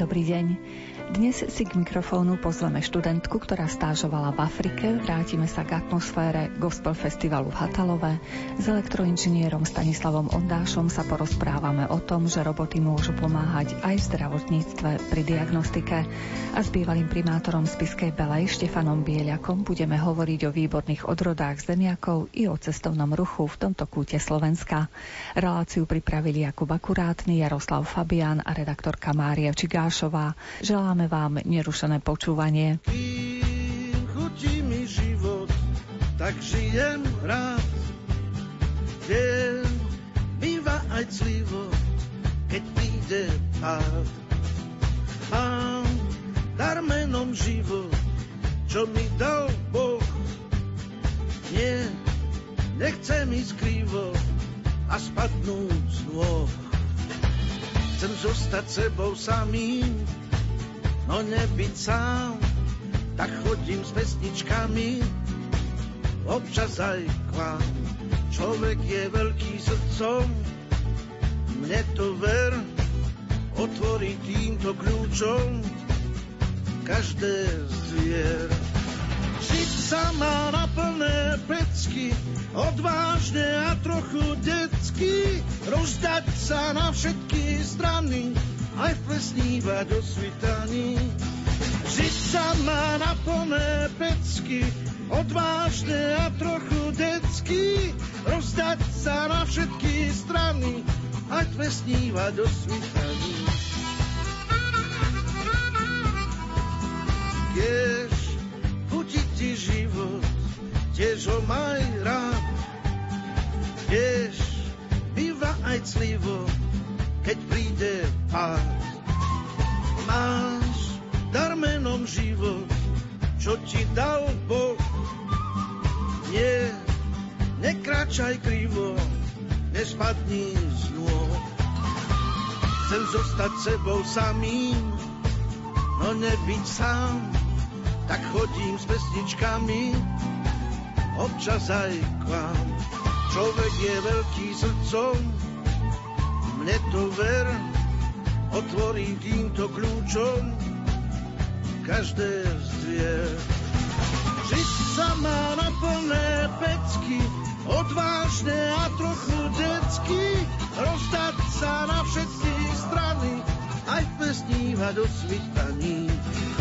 dobrý deň. Dnes si k mikrofónu pozveme študentku, ktorá stážovala v Afrike. Vrátime sa k atmosfére Gospel Festivalu v Hatalove. S elektroinžinierom Stanislavom Ondášom sa porozprávame o tom, že roboty môžu pomáhať aj v zdravotníctve pri diagnostike. A s bývalým primátorom Spišskej Belej Štefanom Bieľakom budeme hovoriť o výborných odrodách zemiakov i o cestovnom ruchu v tomto kúte Slovenska. Reláciu pripravili Jakub Akurátny, Jaroslav Fabián a redaktorka Mária Čigášová. Želáme vám nerušené počúvanie. Chutí mi život, tak žijem rád. Deň býva aj clivo, keď príde pád. Mám dar menom život, čo mi dal Boh. Nie, nechcem ísť krivo a spadnúť z nôh. Chcem zostať sebou samým, no nebyť sám, tak chodím s pesničkami, občas aj k vám. Človek je veľký srdcom, mne to ver, otvorí týmto kľúčom každé zvier. Žiť sa má na plné pecky, odvážne a trochu detsky, rozdať sa na všetky strany, aj plesnívať o svitaní. Žiť sa má na plné pecky, odvážne a trochu detsky, rozdať sa na všetky strany, aj plesnívať o svitaní. Kiež chutí ti život, tiež ho maj rád. Kiež býva aj clivo, keď príde pád. Máš dar menom život, čo ti dal Boh. Nie, nekráčaj krivo, nespadni z nôh. Chcem zostať sebou samým, no nebyť sám, tak chodím s pesničkami, občas aj k vám. Človek je veľký srdcom, mne to ver, otvorí týmto kľúčom každé zvier. Žiť sa má na plné pecky, odvážne a trochu detsky, rozdať sa na všetky strany, aj plesnívať o svitaní.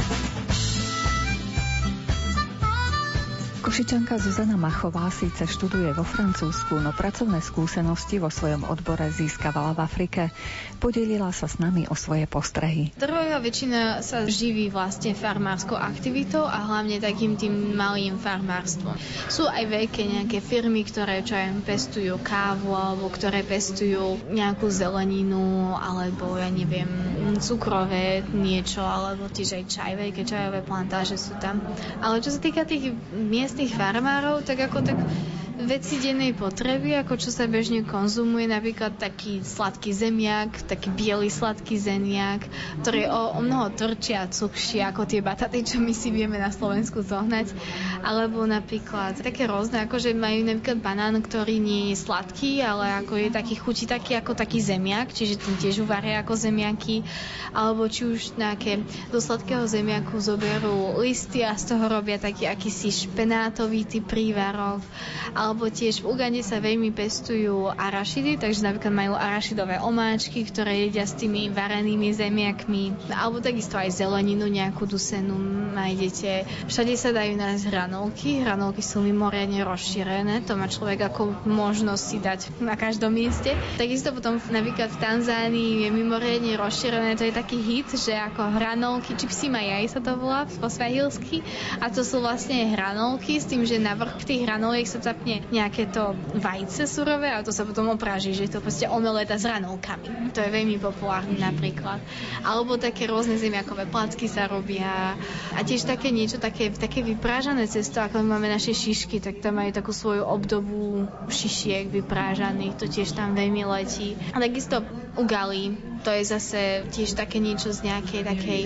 Košičanka Zuzana Machová síce študuje vo Francúzsku, no pracovné skúsenosti vo svojom odbore získavala v Afrike. Podelila sa s nami o svoje postrehy. Drvivá väčšina sa živí vlastne farmárskou aktivitou a hlavne takým tým malým farmárstvom. Sú aj veľké nejaké firmy, ktoré pestujú kávu alebo ktoré pestujú nejakú zeleninu alebo ja neviem, cukrové niečo alebo tiež aj čaj, veľké čajové plantáže sú tam. Ale čo sa týka tých miestnych farmárov, tak veci dennej potreby, ako čo sa bežne konzumuje, napríklad taký sladký zemiak, taký biely sladký zemiak, ktorý je o mnoho tvrdší a cukší ako tie bataty, čo my si vieme na Slovensku zohnať. Alebo napríklad také rôzne, akože majú napríklad banán, ktorý nie je sladký, ale ako je taký chutí taký ako taký zemiak, čiže ten tiež uvaria ako zemiaky. Alebo či už nejaké do sladkého zemiaku zoberú listy a z toho robia taký akýsi špenátový typ prívarok. Alebo tiež v Ugande sa veľmi pestujú arašidy, takže napríklad majú arašidové omáčky, ktoré jedia s tými varenými zemiakmi. Alebo takisto aj zeleninu nejakú dusenú nájdete. Všade sa dajú nájsť hranolky. Hranolky sú mimoriadne rozšírené, to má človek ako možnosť si dať na každom mieste. Takisto potom napríklad v Tanzánii je mimoriadne rozšírené, to je taký hit, že ako hranolky, čipsi majaj sa to volá po swahilsky, a to sú vlastne hranolky s tým, že na vrch tých hranoliek sa zapne nejaké to vajce surové a to sa potom opráži, že je to proste omeleta s hranolkami. To je veľmi populárne napríklad. Alebo také rôzne zemiakové placky sa robia a tiež také niečo, také vyprážané cesto, ako máme naše šišky, tak tam majú takú svoju obdobu šišiek vyprážaných, to tiež tam veľmi letí. A takisto ugali. To je zase tiež také niečo z nejakej takej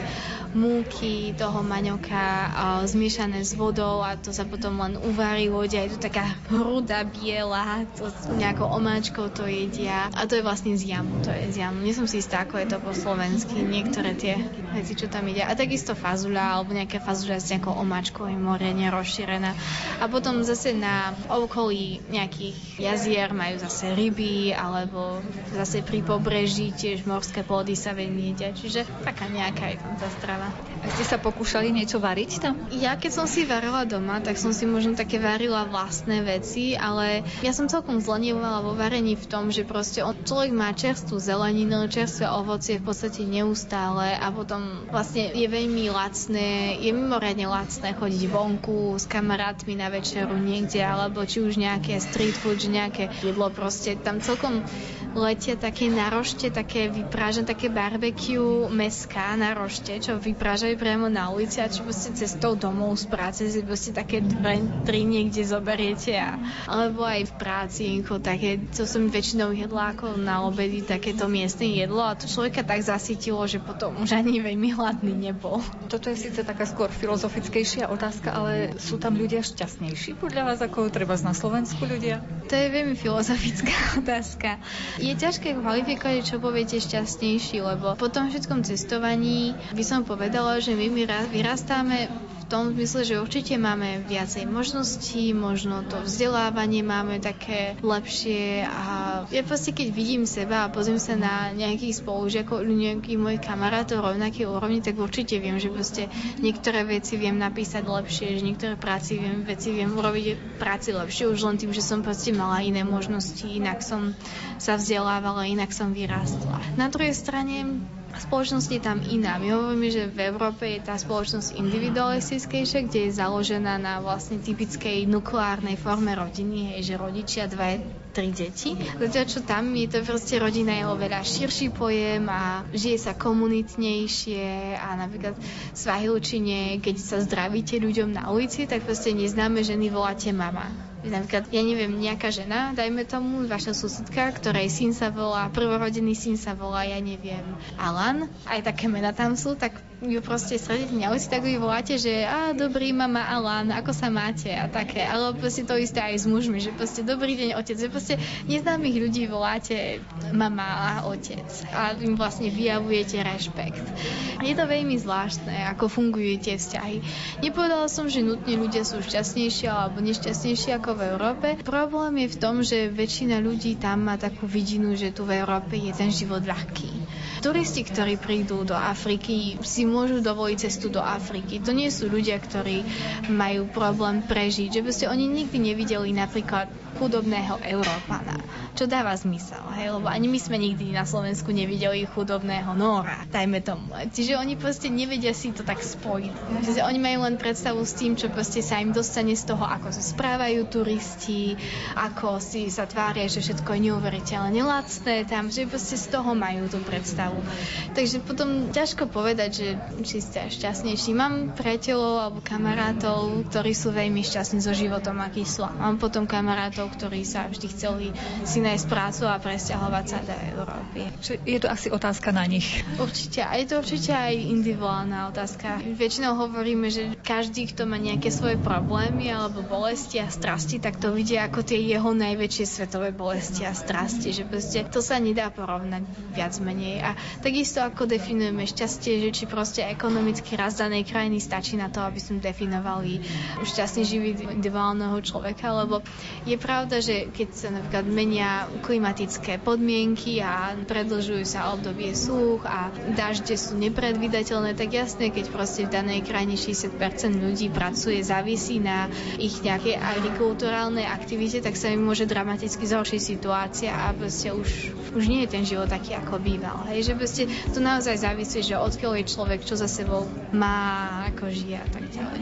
múky toho maňoka zmiešané s vodou a to sa potom len uvarí v vode. Je to taká hruda biela, to s nejakou omáčkou to jedia. A to je vlastne z jamu. To je z jamu. Nie som si istá, ako je to po slovensky. Niektoré tie veci, čo tam jedia. A takisto fazuľa, alebo nejaká fazuľa s nejakou omáčkou je moriadne rozšírená. A potom zase na okolí nejakých jazier majú zase ryby, alebo zase pri pobreží tiež morské plody sa veľmi jedia. Čiže taká nejaká je tam tá strava. A ste sa pokúšali niečo variť tam? Ja keď som si varila doma, tak som si možno také varila vlastné veci, ale ja som celkom zlenivovala vo varení v tom, že proste človek má čerstvú zeleninu, čerstvé ovocie v podstate neustále a potom vlastne je veľmi lacné, je mimoriadne lacné chodiť vonku s kamarátmi na večeru niekde, alebo či už nejaké street food, že nejaké jedlo proste. Tam celkom letia také na rošte, také vyprážané, také barbecue meská na rošte, čo vyprážajú priamo na ulici a čo proste cestou domov z práce si proste také 2-3 niekde zoberiete alebo aj v práci také, to som väčšinou jedla ako na obedy, takéto miestne jedlo a to človeka tak zasytilo, že potom už ani veľmi hladný nebol. Toto je síce taká skôr filozofickejšia otázka, ale sú tam ľudia šťastnejší podľa vás ako treba na Slovensku ľudia? To je veľmi filozofická otázka. Je ťažké kvalifikovať, čo poviete šťastnejší, lebo po tom všetkom cestovaní by som povedala, že my vyrastáme v tom zmysle, že určite máme viacej možností, možno to vzdelávanie máme také lepšie a ja proste keď vidím seba a pozriem sa na nejakých spolužiakov, nejakých mojich kamarátov rovnakej úrovni, tak určite viem, že proste niektoré veci viem napísať lepšie, že niektoré veci viem urobiť práci lepšie už len tým, že som proste mala iné možnosti, inak som sa vzdelávala, inak som vyrástla. Na druhej strane spoločnosť je tam iná. My hovoríme, že v Európe je tá spoločnosť individualistickejšia, kde je založená na vlastne typickej nukleárnej forme rodiny, že rodičia 2-3 deti. Zatiaľ, čo tam je to proste rodina je oveľa širší pojem a žije sa komunitnejšie a napríklad v Svahilčine, keď sa zdravíte ľuďom na ulici, tak proste neznáme ženy voláte mama. Napríklad, ja neviem, nejaká žena, dajme tomu, vaša susedka, ktorej syn sa volá, prvorodený syn sa volá, ja neviem, Alan, aj také mená tam sú, tak ju proste stretnete na ulici, tak vy voláte, že dobrý, mama Alan, ako sa máte a také, ale proste to isté aj s mužmi, že proste dobrý deň, otec, že proste neznámych ľudí voláte mama a otec a im vlastne vyjavujete rešpekt. Je to veľmi zvláštne, ako fungujú tie vzťahy. Nepovedala som, že nutne ľudia sú šťastnejší alebo nešťastnejší ako v Európe. Problém je v tom, že väčšina ľudí tam má takú vidinu, že tu v Európe je ten život ľahký. Turisti, ktorí prídu do Afriky, si môžu dovoliť cestu do Afriky. To nie sú ľudia, ktorí majú problém prežiť. Že proste oni nikdy nevideli napríklad chudobného Európana. Čo dáva zmysel, hej? Lebo ani my sme nikdy na Slovensku nevideli chudobného Nóra, dajme tomu. Čiže oni proste nevedia si to tak spojiť. Čiže oni majú len predstavu s tým, čo proste sa im dostane z toho, ako sa správajú turisti, ako si sa tvária, že všetko je neuveriteľne lacné tam, že proste z toho majú tú predstavu. Takže potom ťažko povedať, že či ste šťastnejší. Mám priateľov alebo kamarátov, ktorí sú veľmi šťastní so životom, aký sú. Mám potom kamarátov, ktorí sa vždy chceli si nájsť prácu a presťahovať sa do Európy. Je to asi otázka na nich. Určite. A je to určite aj individuálna otázka. Väčšinou hovoríme, že každý, kto má nejaké svoje problémy alebo bolesti a strasti, tak to vidia ako tie jeho najväčšie svetové bolesti a strasti. Že proste to sa nedá porovnať viac menej. A takisto ako definujeme šťastie, že či proste ekonomický rast danej krajiny stačí na to, aby sme definovali šťastný život individuálneho človeka, lebo je pravda, že keď sa napríklad menia klimatické podmienky a predĺžujú sa obdobie súch a dažde sú nepredvídateľné, tak jasné, keď proste v danej krajine 60% ľudí pracuje, závisí na ich nejakej agrikulturálnej aktivite, tak sa im môže dramaticky zhoršiť situácia a proste už nie je ten život taký, ako býval. Hej, že proste to naozaj závisí, že odkiaľ je človek, čo za sebou má, ako žije a tak ďalej.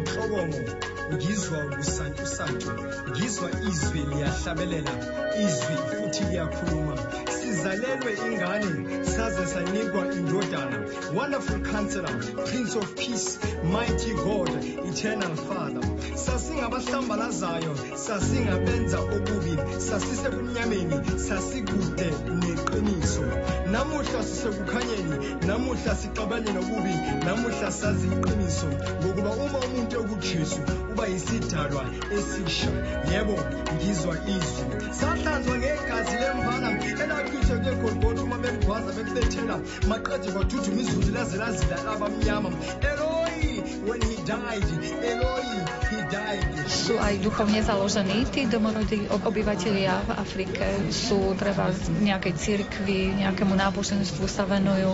inhlobongo ngizwa usantu ngizwa izwi liyahlabelela izwi futhi liyakhuluma sizalelwe ingane saze sanikwa indodana wonderful counselor prince of peace mighty god eternal father sasingabahlambalazayo sasingabenza okubi sasisebumnyameni sasikude neqiniso namuhla sisekukhanyeni namuhla sixabane nokubi namuhla sazi iqiniso ngokuba uma umuntu ekuJesu uba yisidalwa esisha yebo ngizwa izwi sahlanzwa ngegazi lemvana elachithwe kweGolgotha uma bemgwaza bekubethela maqedwe kwathuthuma izulu laze lazila abamnyama Eloi when he died Eloi he died. Sú aj duchovne založení tí domorodí obyvatelia v Afrike? Sú treba z nejakej cirkvi, nejakému náboženstvu sa venujú?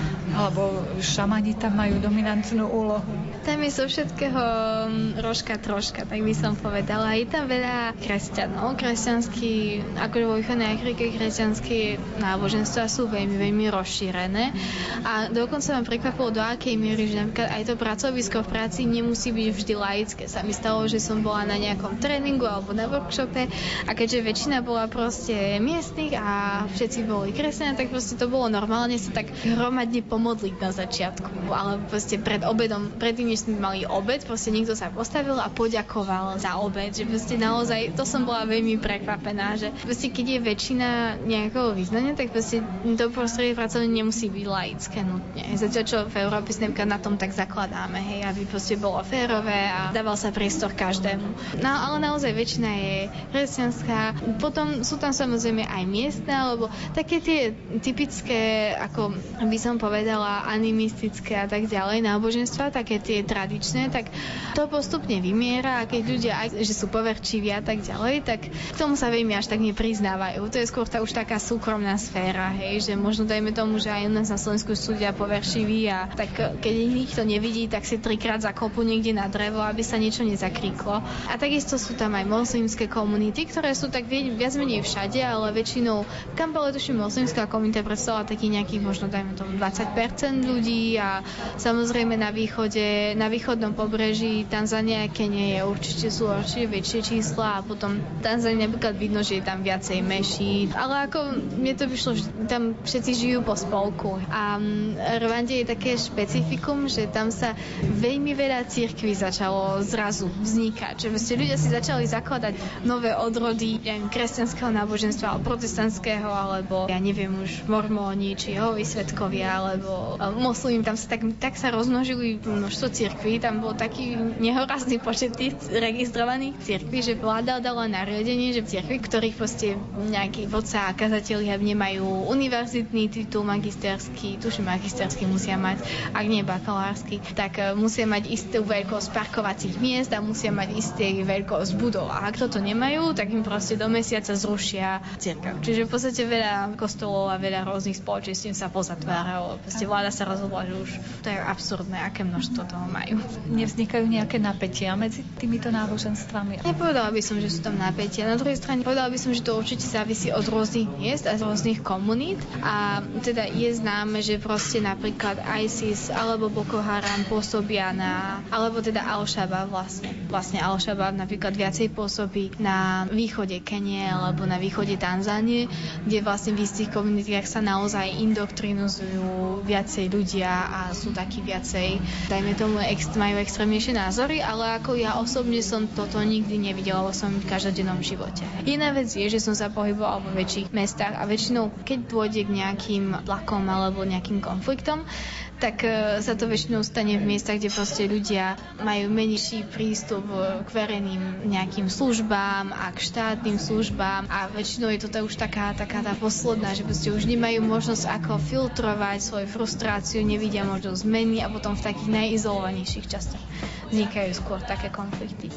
Alebo šamani tam majú dominantnú úlohu? Tam je zo všetkého rožka troška, tak by som povedala. Je tam veľa kresťanov. Kresťanský, ako vo východnej Afrike, kresťanské náboženstva sú veľmi, veľmi rozšírené. A dokonca ma prekvapilo, do akej miery, že napríklad aj to pracovisko v práci nemusí byť vždy laické. Sa mi stalo, že som bola na nejakom tréningu alebo na workshope a keďže väčšina bola proste miestnych a všetci boli kresťania, tak proste to bolo normálne sa tak hromadne pomodliť na začiatku. Ale proste pred obedom, predtým, než sme mali obed, proste niekto sa postavil a poďakoval za obed. Že proste naozaj, to som bola veľmi prekvapená, že proste keď je väčšina nejakého vyznania, tak proste to prostredie pracovne nemusí byť laické nutne. Zatiaľ, čo v Európe si na tom tak zakladáme, hej, aby proste bolo férové a dával sa priestor každému. No ale naozaj väčšina je kresťanská. Potom sú tam samozrejme aj miestne, alebo také tie typické, ako by som povedala, animistické a tak ďalej náboženstva, také tie tradičné, tak to postupne vymiera a keď ľudia aj, že sú poverčiví a tak ďalej, tak k tomu sa veľmi až tak nepriznávajú. To je skôr už taká súkromná sféra, hej, že možno dajme tomu, že aj u nás na Slovensku sú ľudia poverčiví a tak keď nikto nevidí, tak si 3-krát zakopú niekde na drevo, aby sa niečo nezakríklo. A takisto sú tam aj moslimské komunity, ktoré sú tak viac menej všade, ale väčšinou Kampala, tuším, moslimská komunita predstavila taký nejakých možno dajme tomu 20% ľudí a samozrejme na východnom pobreží Tanzania a Kenia sú určite väčšie čísla a potom Tanzania napríklad vidno, že je tam viacej mešít, ale ako mne to vyšlo, že tam všetci žijú po spolku a Rwande je také špecifikum, že tam sa veľmi veľa cirkví začalo zrazu vznikať, že vlastne ľudia si začali zakladať nové odrody kresťanského náboženstva alebo protestantského, alebo ja neviem už mormóni, či Jehovi svedkovia, alebo moslimi, tam sa tak sa rozmnožili množstvo cirkví, tam bol taký nehorazný počet tých registrovaných cirkví, že vláda dala nariadenie, že cirkví, ktorých proste nejakí vodca a kazatelia nemajú univerzitný titul magisterský, tuším magisterský musia mať, ak nie bakalársky, tak musia mať istú veľkosť parkovacích miest a musia mať istú veľkosť budov. A ak toto nemajú, tak im proste do mesiaca zrušia cirkev. Čiže v podstate veľa kostolov a veľa rôznych spoločenstiev sa pozatváralo. Proste vláda sa rozhodla, že už to je absurdné, aké množstvo toho majú. Nevznikajú nejaké napätia medzi týmito náboženstvami? Nepovedala by som, že sú tam napätia. Na druhej strane povedala by som, že to určite závisí od rôznych miest a rôznych komunít. A teda je známe, že proste napríklad ISIS alebo Boko Haram pôsobia alebo teda Al-Shabaab vlastne Al-Shabaab napríklad viacej pôsobí na východe Kenie alebo na východe Tanzánie, kde vlastne v istých komunitách sa naozaj indoktrinujú viacej ľudia a sú takí viacej, dajme tomu, majú extrémnejšie názory, ale ako ja osobne som toto nikdy nevidela vo svojom každodennom živote. Iná vec je, že som sa pohybovala vo väčších mestách a väčšinou, keď dôjde k nejakým tlakom alebo nejakým konfliktom, tak sa to väčšinou stane v miestach, kde proste ľudia majú menší prístup k verejným nejakým službám a k štátnym službám a väčšinou je to už taká tá posledná, že proste už nemajú možnosť ako filtrovať svoju frustráciu, nevidia možnosť zmeny a potom v takých najizolovanejších častiach vznikajú skôr také konflikty.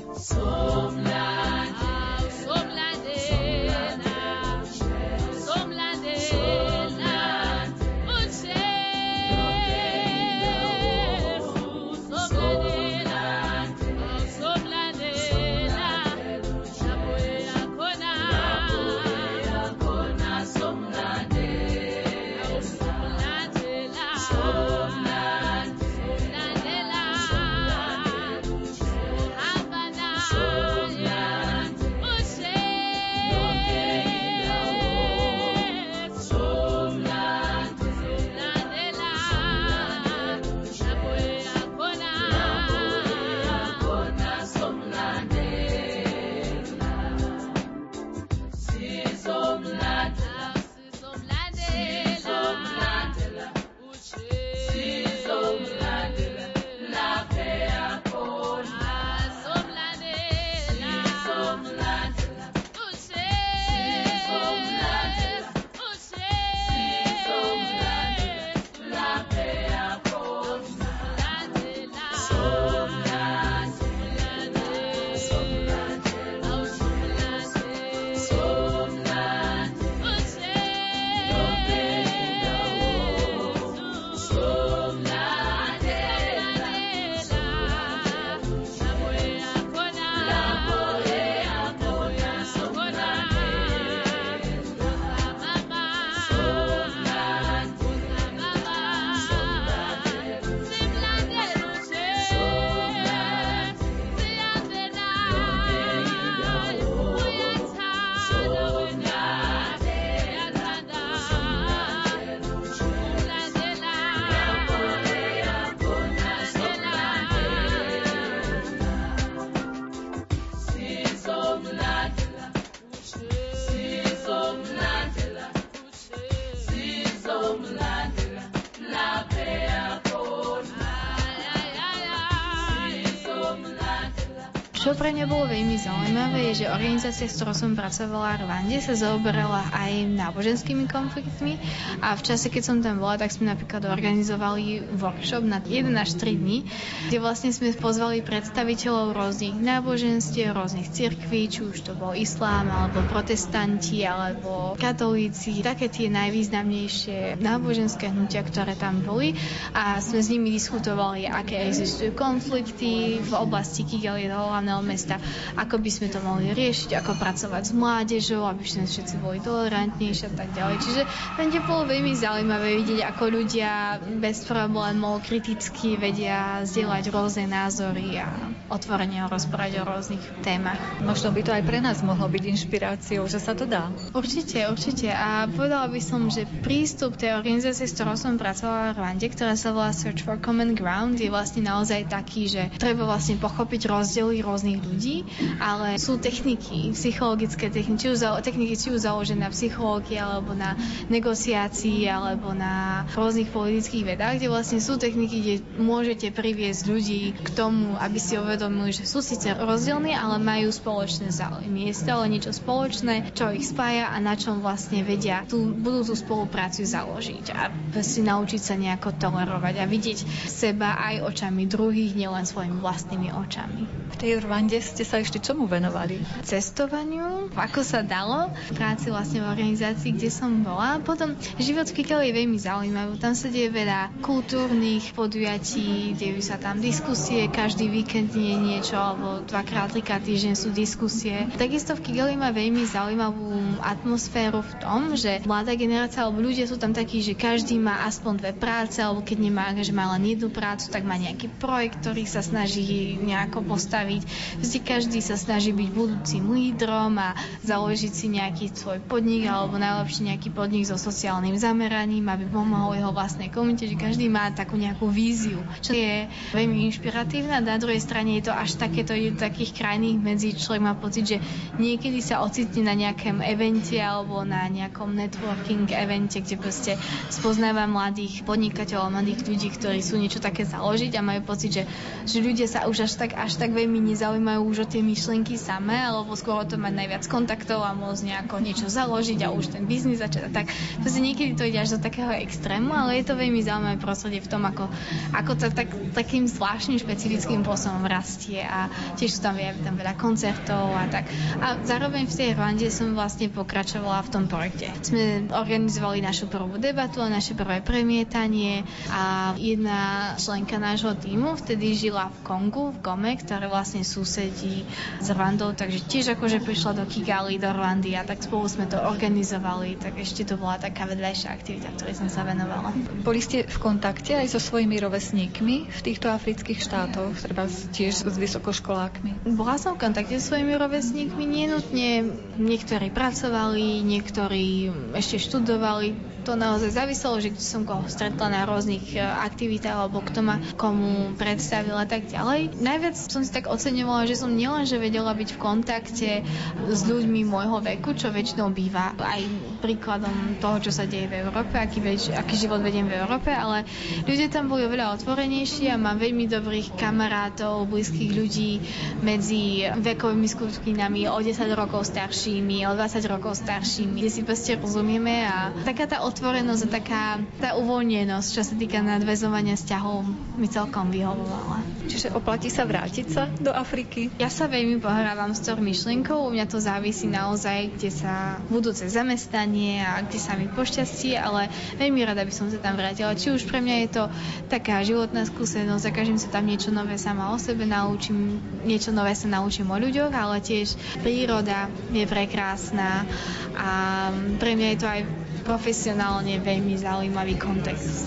Čo pre mňa bolo veľmi zaujímavé, je, že organizácia, s ktorou som pracovala v Rwande, sa zaoberala aj náboženskými konfliktmi a v čase, keď som tam bola, tak sme napríklad organizovali workshop na 1 až 3 dní, kde vlastne sme pozvali predstaviteľov rôznych náboženstiev, rôznych cirkví, či už to bol islám, alebo protestanti, alebo katolíci, také tie najvýznamnejšie náboženské hnutia, ktoré tam boli, a sme s nimi diskutovali, aké existujú konflikty v oblasti Kigali, hlavného mesta, ako by sme to mohli riešiť, ako pracovať s mládežou, aby sme všetci boli tolerantnejší a tak ďalej. Čiže tam bolo veľmi zaujímavé vidieť, ako ľudia bez problémov kriticky vedia zdieľať rôzne názory a otvorene rozprávať o rôznych témach. Možno by to aj pre nás mohlo byť inšpiráciou, že sa to dá. Určite. A povedala by som, že prístup tej organizácie, s ktorou som pracovala v Rwande, ktorá sa volá Search for Common Ground, je vlastne naozaj taký, že treba vlastne pochopiť rozdiely rôznych ľudí, ale sú techniky, psychologické techniky, či už založené na psychológii, alebo na negociácii, alebo na rôznych politických vedách, kde vlastne sú techniky, kde môžete priviesť ľudí k tomu, aby si uvedomili, že sú síce rozdielni, ale majú spoločné záujmy. Je stále niečo spoločné, čo ich spája a na čom vlastne vedia budú tú spoluprácu založiť a si naučiť sa nejako tolerovať a vidieť seba aj očami druhých, nielen svojimi vlastnými očami. V tej Rwande ste sa ešte čomu venovali? Cestovaniu, ako sa dalo, práci vlastne v organizácii, kde som bola. Potom život v Kigali je veľmi zaujímavý. Tam sa deje veľa kultúrnych podujatí, dejú sa tam diskusie, každý víkend je niečo, alebo 2-3 týždeň sú diskusie. Takisto v Kigali má veľmi zaujímavú atmosféru v tom, že mladá generácia alebo ľudia sú tam takí, že každý má aspoň 2 práce, alebo keď nemá, že má len jednu prácu, tak má nejaký projekt, ktorý sa snaží nejako postaviť. Vždy každý sa snaží byť budúcim lídrom a založiť si nejaký svoj podnik, alebo najlepšie nejaký podnik so sociálnym zameraním, aby pomohol jeho vlastnej komunite, že každý má takú nejakú víziu, čo je veľmi inšpiratívne. Na druhej strane je to až takéto takých krajných medzi, človek má pocit, že niekedy sa ocitne na nejakom evente alebo na nejakom networking evente, kde proste spoznáva mladých podnikateľov, mladých ľudí, ktorí sú niečo také založiť a majú pocit, že ľudia sa už až tak veľmi nezaujímajú už o tie myšlienky samé, alebo skôr o to mať najviac kontaktov a môcť nejako niečo založiť a už ten biznis začať. Tak proste niekedy to ide až do takého extrému, ale je to veľmi zaujímavé prostredie v tom, ako to takým zvláštnym špecifickým spôsobom rastie a tiež sú tam veľa koncertov a tak. A zároveň v tej Rwande som vlastne pokračovala v tom projekte. Sme organizovali našu prvú debatu a naše prvé premietanie a jedna členka nášho tímu vtedy žila v Kongu, v Gome, ktoré vlastne susedí s Rwandou, takže tiež akože prišla do Kigali, do Rwandy a tak spolu sme to organizovali, tak ešte to bola taká vedľajšia aktivita, ktorej som sa venovala. Boli ste v kontakte aj so svojimi rovesníkmi v týchto afrických štátoch, treba tiež s vysokoškolákmi? Bola som v kontakte s svojimi rovesníkmi, nenutne, niektorí pracovali, niektorí ešte študovali. To naozaj záviselo, že kde som koho stretla na rôznych aktivitách alebo kto ma komu predstavil a tak ďalej. Najviac som si tak oceňovala, že som nielenže vedela byť v kontakte s ľuďmi môjho veku, čo väčšinou býva aj príkladom toho, čo sa deje v Európe, aký život vediem v Európe, ale ľudia tam boli oveľa otvorenejší a mám veľmi dobrých kamarátov, blízkych ľudí medzi vekovými skupinami o 10 rokov staršími, o 20 rokov staršími, kde si proste rozumieme a taká tá otvorenosť a taká tá uvoľnenosť, čo sa týka nadväzovania vzťahov, mi celkom vyhovovala. Čiže oplatí sa vrátiť sa do Afriky? Ja sa veľmi pohrávam s tou myšlienkou, u mňa to závisí naozaj, kde sa budúce zamestnanie a kde sa mi pošťastie, ale veľmi rada by som sa tam vrátila. Či už pre mňa je to taká životná skúsenosť, za každým sa tam niečo nové sama o sebe naučím, niečo nové sa naučím o ľuďoch, ale tiež príroda je prekrásna a pre mňa je to aj profesionálne veľmi zaujímavý kontext.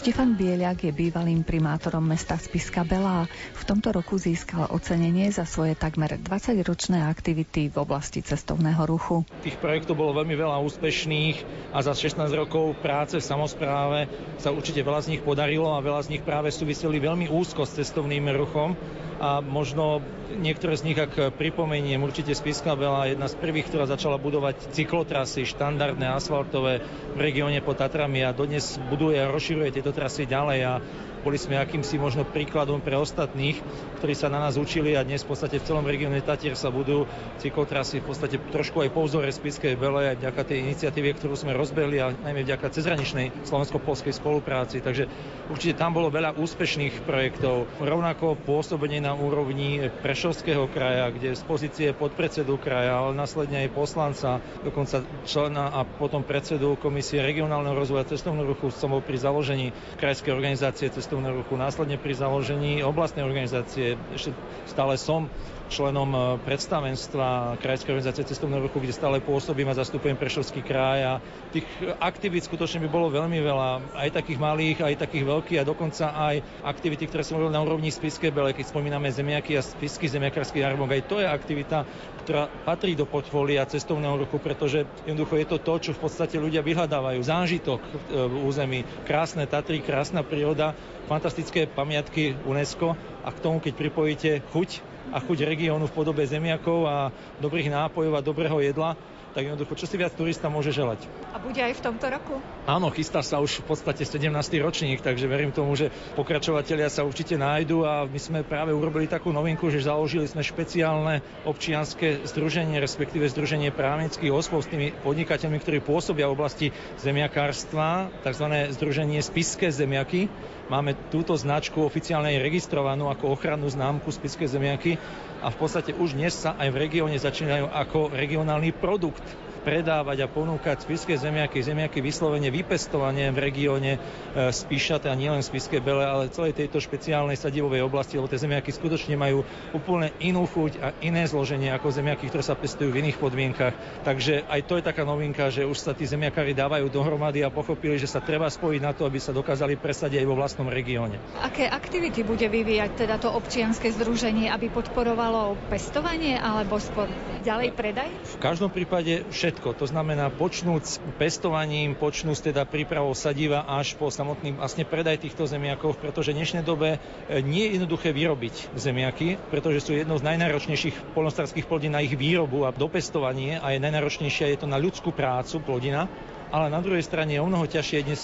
Štefan Bieľak je bývalým primátorom mesta Spišská Belá. V tomto roku získal ocenenie za svoje takmer 20-ročné aktivity v oblasti cestovného ruchu. Tých projektov bolo veľmi veľa úspešných a za 16 rokov práce v samospráve sa určite veľa z nich podarilo a veľa z nich práve súviseli veľmi úzko s cestovným ruchom. A možno niektoré z nich, ak pripomeniem, určite Spišská Belá je jedna z prvých, ktorá začala budovať cyklotrasy štandardné asfaltové v regióne pod Tatrami a dodnes buduje a rozširuje tieto trasy ďalej a boli sme akýmsi možno príkladom pre ostatných, ktorí sa na nás učili a dnes v podstate v celom regióne Tatier sa budú cyklotrasy v podstate trošku aj po vzore Spišskej Belej aj vďaka tej iniciatíve, ktorú sme rozbehli a najmä vďaka cezhraničnej slovensko-poľskej spolupráci. Takže určite tam bolo veľa úspešných projektov. Rovnako pôsobenie na úrovni Prešovského kraja, kde z pozície podpredsedu kraja, ale následne aj poslanca, dokonca člena a potom predsedu Komisie regionálneho rozvoja cestovného ruchu som bol pri založení krajskej organizácie cestovného ruchu, následne pri založení oblastnej organizácie. Ešte stále som členom predstavenstva Krajskej organizácie cestovného ruchu, kde stále pôsobím a zastupujem Prešovský kraj a tých aktivít skutočne by bolo veľmi veľa, aj takých malých, aj takých veľkých a dokonca aj aktivity, ktoré som robil na úrovni Spišskej Belej, keď spomíname zemiaky a spišský zemiakársky jarmok, aj to je aktivita, ktorá patrí do portfólia cestovného ruchu, pretože jednoducho je to to, čo v podstate ľudia vyhľadávajú. Zážitok v území, krásne Tatry, krásna príroda, fantastické pamiatky UNESCO a k tomu, keď pripojíte chuť regiónu v podobe zemiakov a dobrých nápojov a dobrého jedla, tak jednoducho, čo si viac turista môže želať. A bude aj v tomto roku? Áno, chystá sa už v podstate 17. ročník, takže verím tomu, že pokračovatelia sa určite nájdu a my sme práve urobili takú novinku, že založili sme špeciálne občianske združenie, respektíve združenie právnických osôb s tými podnikateľmi, ktorí pôsobia v oblasti zemiakárstva, takzvané združenie Spišské zemiaky. Máme túto značku oficiálne registrovanú ako ochrannú známku Spišské zemiaky a v podstate už dnes sa aj v regióne začínajú ako regionálny produkt predávať a ponúkať spišské zemiaky vyslovene vypestovanie v regióne Spiša, teda nielen Spišskej Bele, ale celej tejto špeciálnej sadivovej oblasti, lebo tie zemiaky skutočne majú úplne inú chuť a iné zloženie ako zemiaky, ktoré sa pestujú v iných podmienkach. Takže aj to je taká novinka, že už sa tí zemiakári dávajú dohromady a pochopili, že sa treba spojiť na to, aby sa dokázali presadiť aj vo vlastnom regióne. Aké aktivity bude vyvíjať teda to občianske združenie, aby podporovalo pestovanie alebo skôr ďalej predaj? V každom prípade všetko. To znamená počnúť s pestovaním, počnúť teda prípravou sadiva až po samotný vlastne predaj týchto zemiakov, pretože v dnešnej dobe nie je jednoduché vyrobiť zemiaky, pretože sú jednou z najnáročnejších poľnohospodárskych plodín na ich výrobu a dopestovanie a je najnáročnejšia je to na ľudskú prácu plodina, ale na druhej strane je o mnoho ťažšie dnes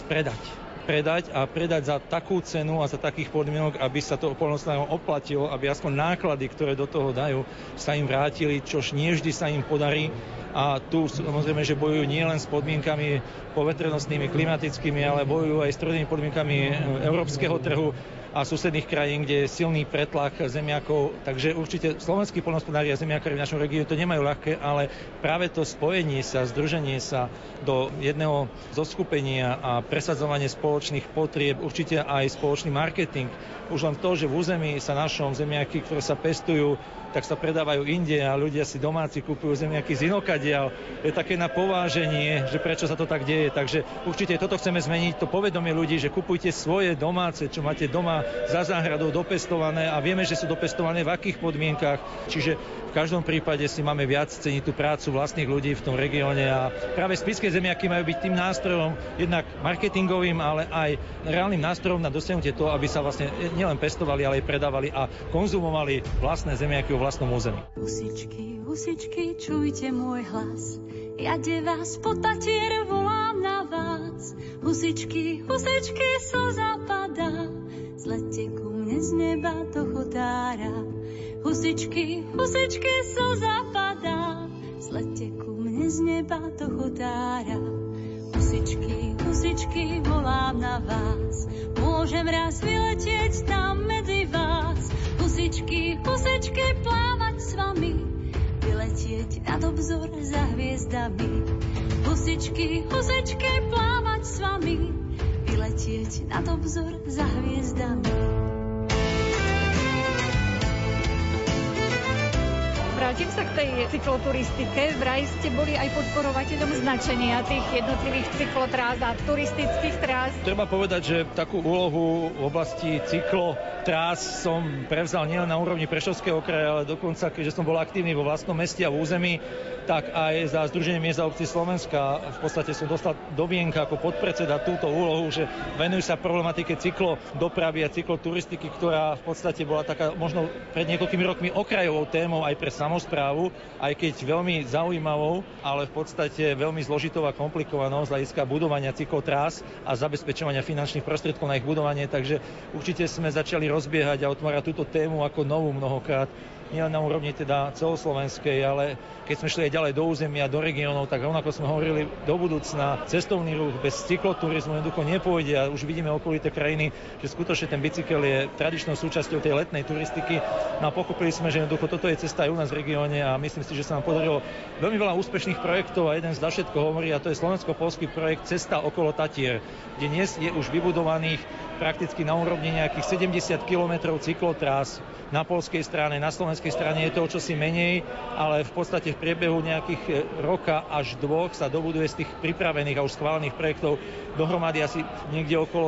predať za takú cenu a za takých podmienok, aby sa to poľnohospodárom oplatilo, aby aspoň náklady, ktoré do toho dajú, sa im vrátili, čož nie vždy sa im podarí. A tu samozrejme, že bojujú nielen s podmienkami povetrenostnými, klimatickými, ale bojujú aj s tvrdými podmienkami európskeho trhu a susedných krajín, kde je silný pretlak zemiakov. Takže určite slovenskí poľnohospodári a zemiakári v našom regióne to nemajú ľahké, ale práve to spojenie sa, združenie sa do jedného zoskupenia a presadzovanie spoločných potrieb, určite aj spoločný marketing. Už len to, že v území sa našom zemiaky, ktoré sa pestujú, tak sa predávajú inde a ľudia si domáci kupujú zemiaky z inokadiaľ. Je také na pováženie, že prečo sa to tak deje. Takže určite toto chceme zmeniť, to povedomie ľudí, že kupujte svoje domáce, čo máte doma za záhradou dopestované a vieme, že sú dopestované v akých podmienkach. Čiže v každom prípade si máme viac ceniť tú prácu vlastných ľudí v tom regióne a práve spišské zemiaky majú byť tým nástrojom, jednak marketingovým, ale aj reálnym nástrojom na dosiahnutie toho, aby sa vlastne nielen pestovali, ale aj predávali a konzumovali vlastné zemiaky vo vlastnom území. Husičky, husičky, čujte môj hlas, jade vás po Tatier volám na vás. Husičky, husičky, slza padá, zlete ku mne z neba do chodára. Husičky, husičky, slza padá, zlete ku mne z neba do chodára. Husičky, husičky, volám na vás, môžem raz vyletieť tam medzi vás. Husičky, husičky, plávať s vami, vyletieť nad obzor za hviezdami. Husičky, husičky, plávať s vami, vyletieť nad obzor za hviezdami. Vrátim sa k tej cykloturistike. Vraj ste boli aj podporovateľom značenia tých jednotlivých cyklotrás a turistických trás. Treba povedať, že takú úlohu v oblasti cyklotrás som prevzal nielen na úrovni Prešovského kraja, ale dokonca, keďže som bol aktívny vo vlastnom meste a v území, tak aj za Združenie miest a obcí Slovenska v podstate som dostal do vienka ako podpredseda túto úlohu, že venujú sa problematike cyklodopravy a cykloturistiky, ktorá v podstate bola taká možno pred niekoľkými rokmi okrajovou témou aj pre samosprávu, aj keď veľmi zaujímavou, ale v podstate veľmi zložitou a komplikovanou z hľadiska budovania cyklotrás a zabezpečovania finančných prostriedkov na ich budovanie, takže určite sme začali rozbiehať a otvárať túto tému ako novú mnohokrát. Nielen na úrovni teda celoslovenskej, ale keď sme šli aj ďalej do územia, do regiónov, tak rovnako sme hovorili do budúcna, cestovný ruch bez cykloturizmu jednoducho nepôjde a už vidíme okolité krajiny, že skutočne ten bicykel je tradičnou súčasťou tej letnej turistiky. No a pochopili sme, že jednoducho toto je cesta aj u nás v regióne a myslím si, že sa nám podarilo veľmi veľa úspešných projektov a jeden z všetko hovorí, a to je slovensko-poľský projekt Cesta okolo Tatier, kde dnes je už vybudovaných prakticky na úrovni nejakých 70 kilometrov cyklotrás. Na poľskej strane, na slovenskej strane je to čosi menej, ale v podstate v priebehu nejakých roka až dvoch sa dobuduje z tých pripravených a už schválených projektov dohromady asi niekde okolo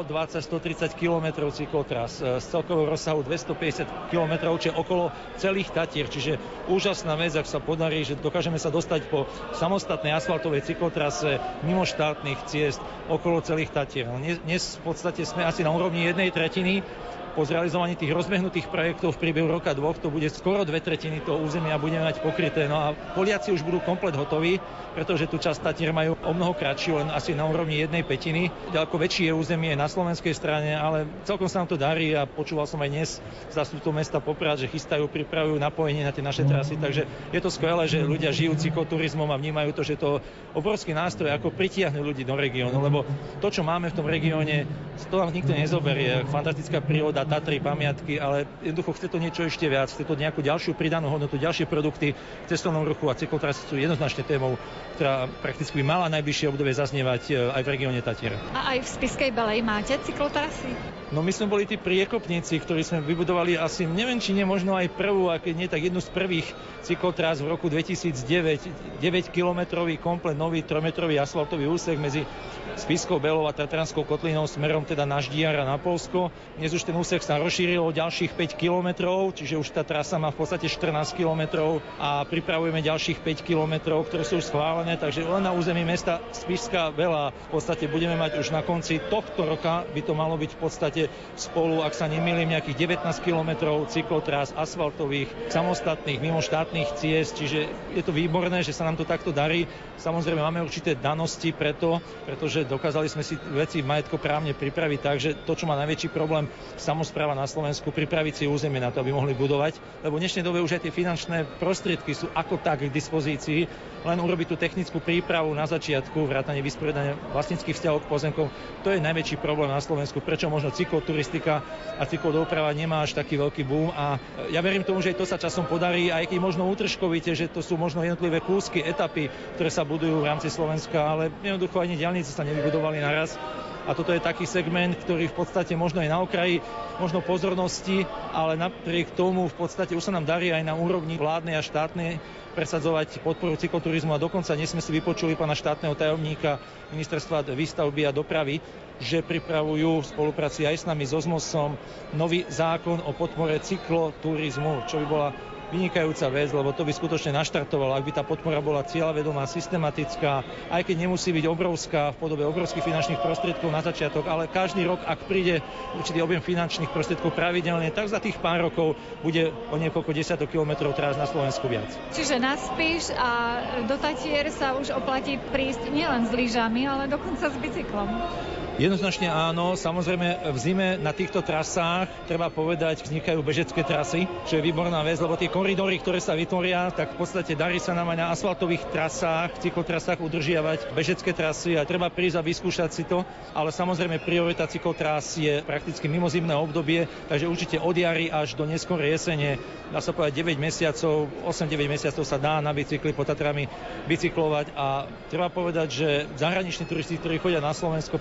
120-130 kilometrov cyklotrás z celkového rozsahu 250 kilometrov, čiže okolo celých Tatier. Čiže úžasná vec, ak sa podarí, že dokážeme sa dostať po samostatnej asfaltovej cyklotrase mimo štátnych ciest okolo celých Tatier. Dnes v podstate sme asi na úrovni 1/3. Po zrealizovaní tých rozbehnutých projektov v priebehu roka dvoch to bude skoro 2/3 toho územia budeme mať pokryté. No a Poliaci už budú komplet hotoví, pretože tú časť Tatier majú o mnoho kratšiu, len asi na úrovni 1/5. Ďaleko väčšie je územie na slovenskej strane, ale celkom sa nám to darí a počúval som aj dnes zástupcov mesta Poprad, že chystajú, pripravujú napojenie na tie naše trasy, takže je to skvelé, že ľudia žijú cykloturizmom a vnímajú to, že to obrovský nástroj, ako pritiahnuť ľudí do regiónu, lebo to, čo máme v tom regióne, to nám nikto nezoberie. Fantastická príroda, Tatry, pamiatky, ale jednoducho chce to niečo ešte viac, chce to nejakú ďalšiu pridanú hodnotu, ďalšie produkty v cestovnom ruchu a cyklotrasy sú jednoznačne témou, ktorá prakticky by mala najbližšie obdobie zaznievať aj v regióne Tatier. A aj v Spišskej Belej máte cyklotrasy? No my sme boli tí priekopníci, ktorí sme vybudovali asi, neviem, či nie možno aj prvú, a keď nie, tak jednu z prvých cyklotrás v roku 2009. 9-kilometrový komplet nový 3-metrový asfaltový úsek medzi Spišskou Belou a Tatranskou kotlinou smerom teda na Ždiar a na Poľsko. Dnes už ten úsek sa rozšíril o ďalších 5 kilometrov, čiže už tá trasa má v podstate 14 kilometrov a pripravujeme ďalších 5 kilometrov, ktoré sú už schválené, takže len na území mesta Spišská Belá v podstate budeme mať už na konci tohto roka, by to malo byť v podstate spolu, ak sa nemýlim, nejakých 19 kilometrov cyklotrás asfaltových, samostatných, mimo štátnych ciest, čiže je to výborné, že sa nám to takto darí. Samozrejme máme určité danosti pretože dokázali sme si veci majetkoprávne pripraviť tak, že to, čo má najväčší problém samospráva na Slovensku, pripraviť si územie na to, aby mohli budovať, lebo v dnešnej dobe už aj tie finančné prostriedky sú ako tak k dispozícii, len urobiť tú technickú prípravu na začiatku, vrátane vysporiadania vlastníckych vzťahov k pozemkom, to je najväčší problém na Slovensku, prečo možno cykloturistika a cyklodoprava nemá až taký veľký boom a ja verím tomu, že aj to sa časom podarí, aj keď možno útržkovite, že to sú možno jednotlivé kúsky, etapy, ktoré sa budujú v rámci Slovenska, ale jednoducho ani diaľnice sa nevybudovali naraz. A toto je taký segment, ktorý v podstate možno je na okraji možno pozornosti, ale napriek tomu v podstate už sa nám darí aj na úrovni vládnej a štátnej presadzovať podporu cykloturizmu a dokonca dnes sme si vypočuli pána štátneho tajomníka Ministerstva výstavby a dopravy, že pripravujú v spolupráci aj s nami so ZMOSom nový zákon o podpore cykloturizmu, čo by bola vynikajúca vec, lebo to by skutočne naštartovalo, ak by tá podpora bola cieľavedomá, systematická, aj keď nemusí byť obrovská v podobe obrovských finančných prostriedkov na začiatok, ale každý rok, ak príde určitý objem finančných prostriedkov pravidelne, tak za tých pár rokov bude o niekoľko desiatok kilometrov trás na Slovensku viac. Čiže na Spiš a do Tatier sa už oplatí prísť nielen s lyžami, ale dokonca s bicyklom. Jednoznačne áno, samozrejme v zime na týchto trasách, treba povedať, vznikajú bežecké trasy, čo je výborná vec, lebo tie koridory, ktoré sa vytvoria, tak v podstate darí sa nám aj na asfaltových trasách, cyklotrasách udržiavať bežecké trasy a treba prísť a vyskúšať si to, ale samozrejme priorita cyklotrás je prakticky mimozimné obdobie, takže určite od jary až do neskorej jesene, dá sa povedať 9 mesiacov, 8-9 mesiacov sa dá na bicykli pod Tatrami bicyklovať a treba povedať, že zahraniční turisti, ktorí chodia na Slovensko, prvé, čo sa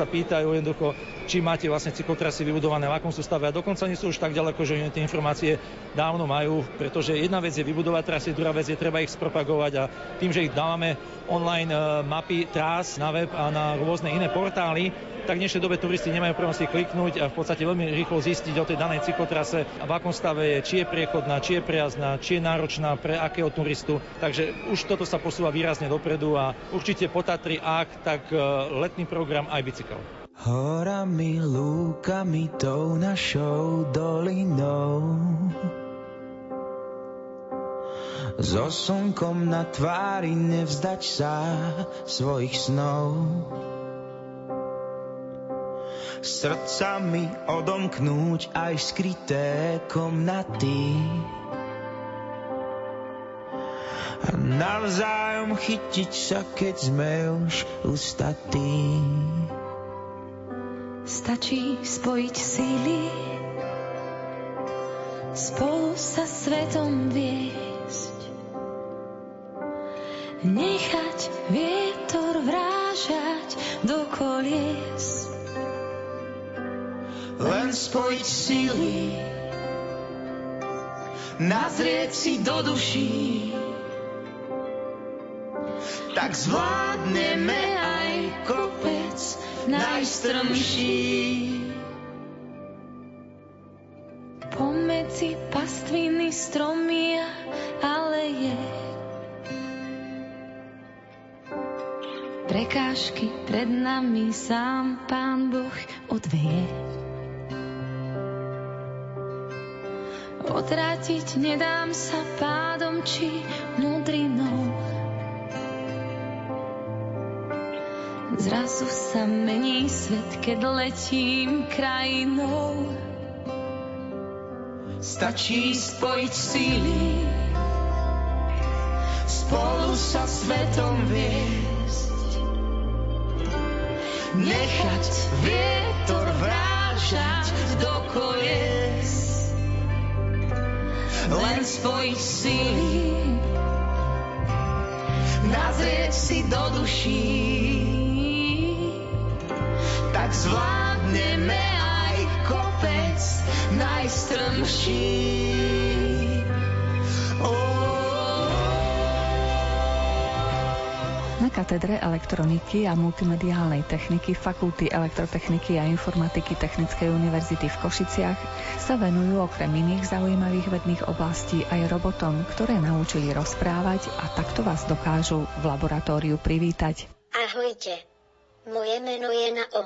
sa pýtajú jednoducho, či máte vlastne cyklotrasy vybudované, v akom sú stave. A dokonca nie sú už tak ďaleko, že oni tie informácie dávno majú, pretože jedna vec je vybudovať trasy, druhá vec je treba ich spropagovať a tým, že ich dávame online mapy trás na web a na rôzne iné portály, tak v dnešnej dobe turisti nemajú problém si kliknúť a v podstate veľmi rýchlo zistiť o tej danej cyklotrase, v akom stave je, či je priechodná, či je prejazdná, či je náročná pre akého turistu. Takže už toto sa posúva výrazne dopredu a určite po Tatry, ak tak letný program aj bicykel. Horami, lúkami, tou našou dolinou, so slnkom na tvári nevzdať sa svojich snov. Srdcami odomknúť aj skryté komnaty a navzájom chytiť sa, keď sme už ustatí. Stačí spojiť síly, spolu sa svetom viesť, nechať vietor vrážať do kolies. Len spojiť síly, nazrieť si do duší, tak zvládneme aj kopec najstrmší. Pomedzi pastviny, stromy a aleje, prekážky pred nami sám Pán Boh odveje. Odvrátiť nedám sa pádom či múdrinou. Zrazu sa mení svet, keď letím krajinou. Stačí spojiť síly, spolu sa svetom viesť, nechať vietor vrážať do kolies. Len spojiť síly, nazrieť si do duší, tak zvládneme aj kopec najstrmší. Na katedre elektroniky a multimediálnej techniky Fakulty elektrotechniky a informatiky Technickej univerzity v Košiciach sa venujú okrem iných zaujímavých vedných oblastí aj robotom, ktoré naučili rozprávať a takto vás dokážu v laboratóriu privítať. Ahojte, moje meno je Nao.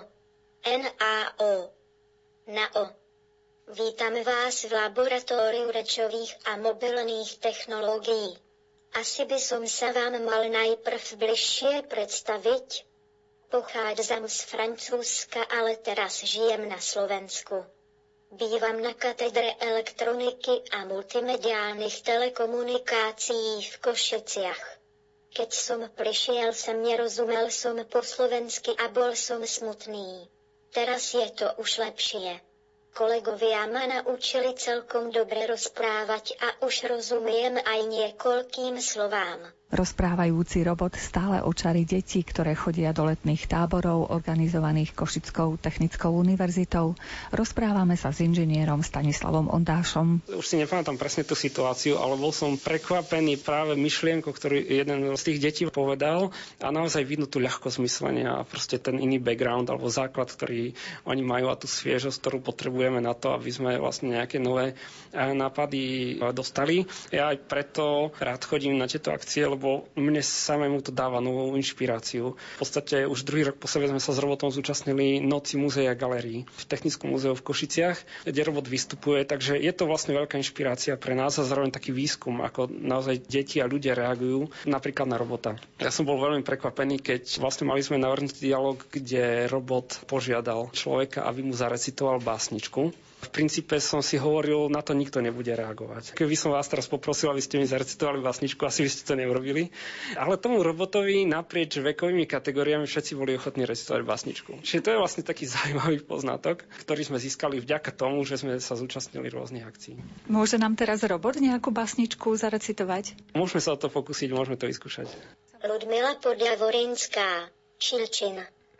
N-A-O. Nao. Vítam vás v laboratóriu rečových a mobilných technológií. Asi by som sa vám mal najprv bližšie predstaviť. Pochádzam z Francúzska, ale teraz žijem na Slovensku. Bývam na katedre elektroniky a multimediálnych telekomunikácií v Košiciach. Keď som prišiel sem, nerozumel som po slovensky a bol som smutný. Teraz je to už lepšie. Kolegovia ma naučili celkom dobre rozprávať a už rozumiem aj niekoľkým slovám. Rozprávajúci robot stále očarí deti, ktoré chodia do letných táborov organizovaných Košickou technickou univerzitou. Rozprávame sa s inžinierom Stanislavom Ondášom. Už si nepamätám presne tú situáciu, ale bol som prekvapený práve myšlienkou, ktorú jeden z tých detí povedal a naozaj vidno tú ľahkosť myslenia a proste ten iný background alebo základ, ktorý oni majú a tú sviežosť, ktorú potrebujeme na to, aby sme vlastne nejaké nové nápady dostali. Ja aj preto rád chodím na tieto akcie, lebo mne samému to dáva novú inšpiráciu. V podstate už druhý rok po sebe sme sa s robotom zúčastnili Noci múzea a galérií v Technickom múzeu v Košiciach, kde robot vystupuje, takže je to vlastne veľká inšpirácia pre nás a zároveň taký výskum, ako naozaj deti a ľudia reagujú napríklad na robota. Ja som bol veľmi prekvapený, keď vlastne mali sme navrhnutý dialog, kde robot požiadal človeka, aby mu zarecitoval básničku. V princípe som si hovoril, na to nikto nebude reagovať. Keby som vás teraz poprosil, aby ste mi zarecitovali básničku, asi by ste to neurobili. Ale tomu robotovi naprieč vekovými kategóriami všetci boli ochotní recitovať básničku. Čiže to je vlastne taký zaujímavý poznatok, ktorý sme získali vďaka tomu, že sme sa zúčastnili rôznych akcií. Môže nám teraz robot nejakú básničku zarecitovať? Môžeme sa o to pokúsiť, môžeme to vyskúšať. Ludmila Podľavorinská, Čilčina.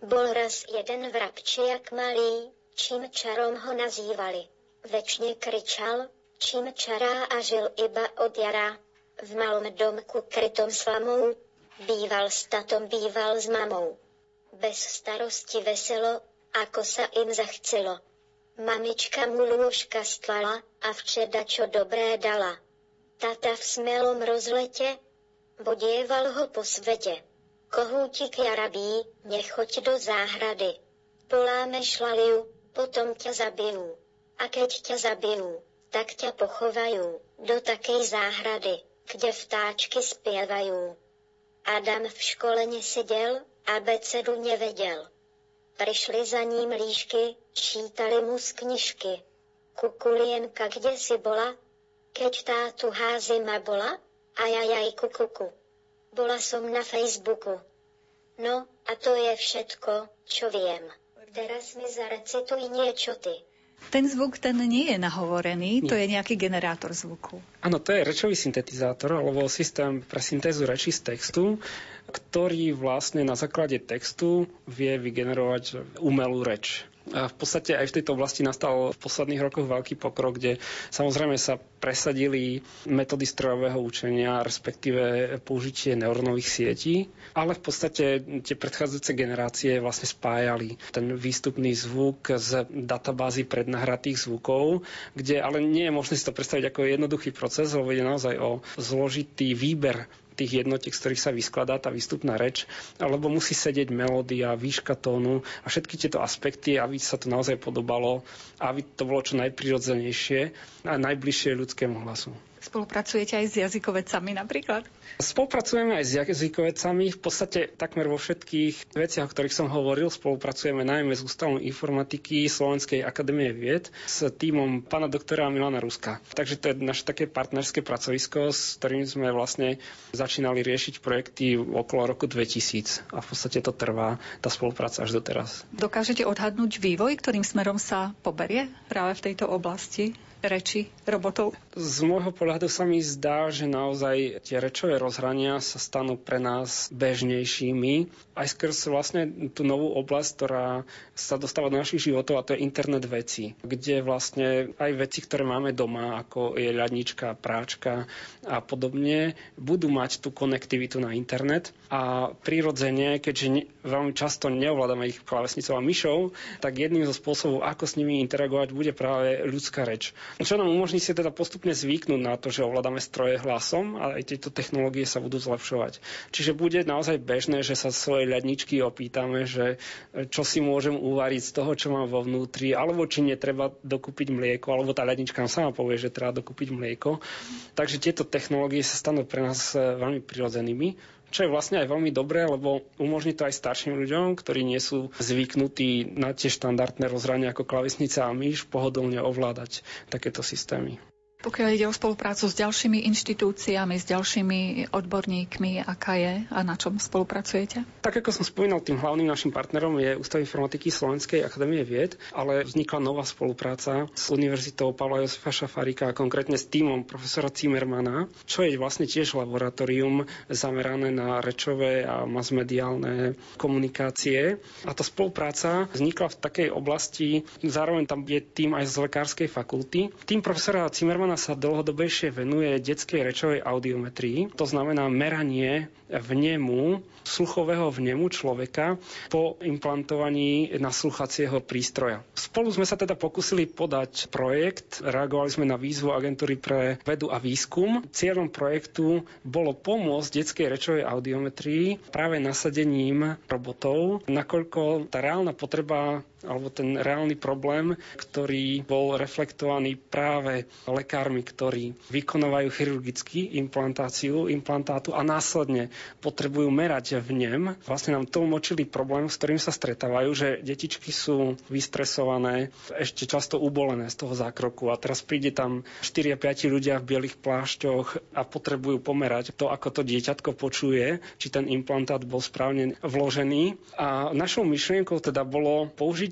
Bol raz jeden vrabči jak malý, čím čarom ho nazývali. Večně kričal, čím čará a žil iba od jara. V malom domku krytom slamou, býval s tatom, býval s mamou. Bez starosti veselo, ako sa im zachcelo. Mamička mu lôžka stlala a včedačo dobré dala. Tata v smelom rozlete vodieval ho po svete. Kohútik jarabí, nechoď do záhrady. Polámeš laliu, potom ťa zabijú. A keď ťa zabijú, tak ťa pochovajú do takej záhrady, kde vtáčky spievajú. Adam v škole nesedel, abecedu nevedel. Prišli za ním líšky, čítali mu z knižky. Kukulienka, kde si bola? Keď tá tuhá zima bola? Ajajaj kukuku. Bola som na Facebooku. No, a to je všetko, čo viem. Teraz mi zarecituj niečo ty. Ten zvuk, ten nie je nahovorený, to je nejaký generátor zvuku. Áno, to je rečový syntetizátor, alebo systém pre syntézu rečí z textu, ktorý vlastne na základe textu vie vygenerovať umelú reč. A v podstate aj v tejto oblasti nastal v posledných rokoch veľký pokrok, kde samozrejme sa presadili metódy strojového učenia, respektíve použitie neurónových sietí, ale v podstate tie predchádzajúce generácie vlastne spájali ten výstupný zvuk z databázy prednahratých zvukov, kde ale nie je možné si to predstaviť ako jednoduchý proces, lebo ide naozaj o zložitý výber tých jednotiek, z ktorých sa vyskladá tá výstupná reč, alebo musí sedieť melódia, výška tónu a všetky tieto aspekty, aby sa to naozaj podobalo, aby to bolo čo najprirodzenejšie a najbližšie ľudskému hlasu. Spolupracujete aj s jazykovedcami napríklad? Spolupracujeme aj s jazykovedcami. V podstate takmer vo všetkých veciach, o ktorých som hovoril, spolupracujeme najmä s Ústavom informatiky Slovenskej akadémie vied s tímom pána doktora Milana Ruska. Takže to je naše také partnerské pracovisko, s ktorým sme vlastne začínali riešiť projekty okolo roku 2000 a v podstate to trvá, tá spolupráca až doteraz. Dokážete odhadnúť vývoj, ktorým smerom sa poberie práve v tejto oblasti reči robotov? Z môjho pohľadu sa mi zdá, že naozaj tie rečové rozhrania sa stanú pre nás bežnejšími. Aj skrz vlastne tú novú oblasť, ktorá sa dostáva do našich životov, a to je internet vecí, kde vlastne aj veci, ktoré máme doma, ako je ľadnička, práčka a podobne, budú mať tú konektivitu na internet a prirodzene, keďže veľmi často neovládame ich klávesnicou a myšou, tak jedným zo spôsobov, ako s nimi interagovať, bude práve ľudská reč. Čo nám umožní si teda postupne zvyknúť na to, že ovládame stroje hlasom a aj tieto technológie sa budú zlepšovať. Čiže bude naozaj bežné, že sa svojej ľadničky opýtame, že čo si môžem uvariť z toho, čo mám vo vnútri, alebo či netreba dokúpiť mlieko, alebo tá ľadnička nám sama povie, že treba dokúpiť mlieko. Takže tieto technológie sa stanú pre nás veľmi prirodzenými. Čo je vlastne aj veľmi dobré, lebo umožní to aj starším ľuďom, ktorí nie sú zvyknutí na tie štandardné rozhrania ako klávesnica a myš, pohodlne ovládať takéto systémy. Pokiaľ ide o spoluprácu s ďalšími inštitúciami, s ďalšími odborníkmi, aká je a na čom spolupracujete? Tak ako som spomínal, tým hlavným našim partnerom je Ústav informatiky Slovenskej akadémie vied, ale vznikla nová spolupráca s Univerzitou Pavla Jozefa Šafárika a konkrétne s tímom profesora Zimmermana, čo je vlastne tiež laboratórium zamerané na rečové a masmediálne komunikácie. A tá spolupráca vznikla v takej oblasti, zároveň tam je tím aj z lekárskej fakulty. Tým profesora Zimmermana sa dlhodobejšie venuje detskej rečovej audiometrii, to znamená meranie vnemu, sluchového vnemu človeka po implantovaní nasluchacieho prístroja. Spolu sme sa teda pokúsili podať projekt, reagovali sme na výzvu agentúry pre vedu a výskum. Cieľom projektu bolo pomôcť detskej rečovej audiometrii práve nasadením robotov, nakoľko tá reálna potreba alebo ten reálny problém, ktorý bol reflektovaný práve lekármi, ktorí vykonávajú chirurgický implantátu a následne potrebujú merať vnem. Vlastne nám tlmočili problém, s ktorým sa stretávajú, že detičky sú vystresované, ešte často ubolené z toho zákroku a teraz príde tam 4 a 5 ľudia v bielých plášťoch a potrebujú pomerať to, ako to dieťatko počuje, či ten implantát bol správne vložený. A našou myšlienkou teda bolo použiť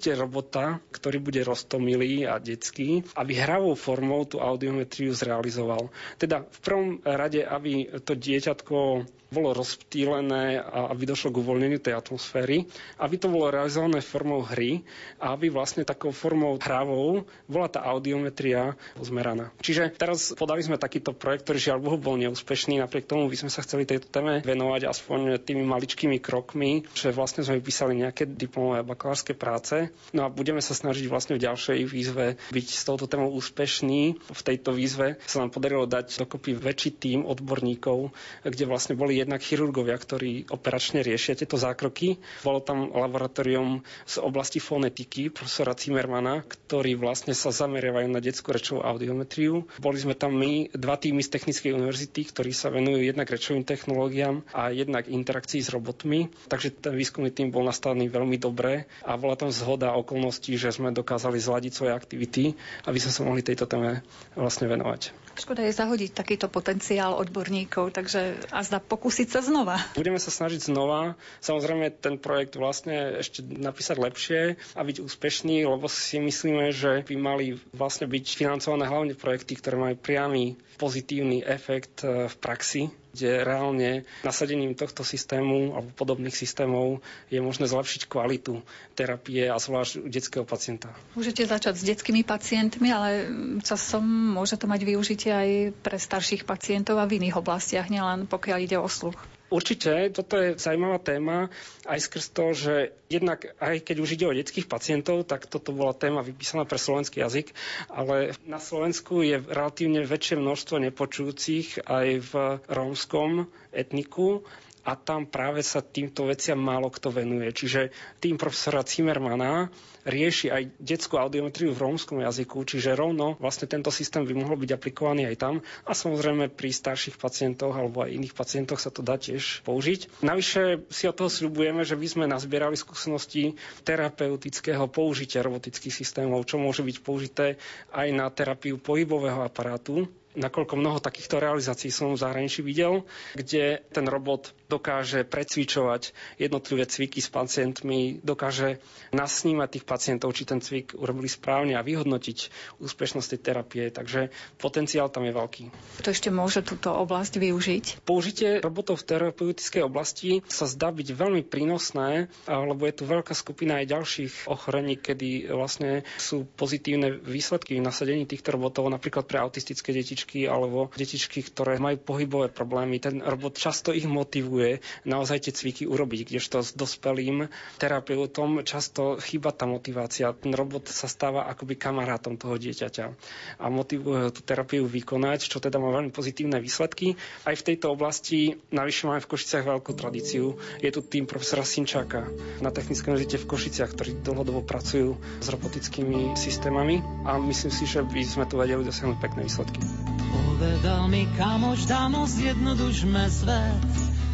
vytvoríte robota, ktorý bude roztomilý a detský, aby hravou formou tú audiometriu zrealizoval. Teda v prvom rade, aby to dieťatko bolo rozptýlené a aby došlo k uvoľneniu tej atmosféry, aby to bolo realizované formou hry a aby vlastne takou formou hravou bola tá audiometria zmeraná. Čiže teraz podali sme takýto projekt, ktorý žiaľ Bohu bol neúspešný, napriek tomu by sme sa chceli tejto téme venovať aspoň tými maličkými krokmi, že vlastne sme vypísali nejaké diplomové a bakalárske práce. No a budeme sa snažiť vlastne v ďalšej výzve byť s touto témou úspešní. V tejto výzve sa nám podarilo dať dokopy väčší tím odborníkov, kde vlastne boli jednak chirurgovia, ktorí operačne riešia tieto zákroky. Bolo tam laboratórium z oblasti fonetiky profesora Zimmermana, ktorí vlastne sa zameriavajú na detskú rečovú audiometriu. Boli sme tam my, 2 týmy z Technickej univerzity, ktorí sa venujú jednak rečovým technológiám a jednak interakcii s robotmi. Takže ten výskumný tím bol nastavený veľmi dobre a bola tam zhoda okolností, že sme dokázali zladiť svoje aktivity, aby sme sa mohli tejto téme vlastne venovať. Škoda je zahodiť takýto potenciál odborníkov, takže azda pokúsiť sa znova. Budeme sa snažiť znova. Samozrejme, ten projekt vlastne ešte napísať lepšie a byť úspešný, lebo si myslíme, že by mali vlastne byť financované hlavne projekty, ktoré majú priamy pozitívny efekt v praxi, kde reálne nasadením tohto systému alebo podobných systémov je možné zlepšiť kvalitu terapie a zvlášť u detského pacienta. Môžete začať s detskými pacientmi, ale časom môže to mať využitie aj pre starších pacientov a v iných oblastiach, nielen pokiaľ ide o sluch. Určite, toto je zaujímavá téma, aj skrz to, že jednak aj keď už ide o detských pacientov, tak toto bola téma vypísaná pre slovenský jazyk, ale na Slovensku je relatívne väčšie množstvo nepočujúcich aj v rómskom etniku a tam práve sa týmto veciam málo kto venuje. Čiže tým profesora Zimmermana rieši aj detskú audiometriu v rómskom jazyku, čiže rovno vlastne tento systém by mohol byť aplikovaný aj tam a samozrejme pri starších pacientoch alebo aj iných pacientoch sa to dá tiež použiť. Navyše si od toho sľubujeme, že by sme nazbierali skúsenosti terapeutického použitia robotických systémov, čo môže byť použité aj na terapiu pohybového aparátu. Nakoľko mnoho takýchto realizácií som v zahraničí videl, kde ten robot dokáže precvičovať jednotlivé cviky s pacientmi, dokáže nasnímať tých pacientov, či ten cvik urobili správne a vyhodnotiť úspešnosť tej terapie. Takže potenciál tam je veľký. Kto ešte môže túto oblasť využiť? Použitie robotov v terapeutickej oblasti sa zdá byť veľmi prínosné, lebo je tu veľká skupina aj ďalších ochorení, kedy vlastne sú pozitívne výsledky v nasadení týchto robotov, napríklad pre autistické detičky alebo detičky, ktoré majú pohybové problémy. Ten robot často ich motivuje naozaj tie cviky urobiť, kdežto s dospelým terapeutom často chýba tá motivácia. Ten robot sa stáva akoby kamarátom toho dieťaťa a motivuje tú terapiu vykonať, čo teda má veľmi pozitívne výsledky. Aj v tejto oblasti navyše máme v Košiciach veľkú tradíciu. Je tu tým profesora Sinčáka na Technickej univerzite v Košiciach, ktorí dlhodobo pracujú s robotickými systémami a myslím si, že by sme tu vedeli dosiahnuť pekné výsledky. Povedal mi kamoš, dámo, zjednodušme svet.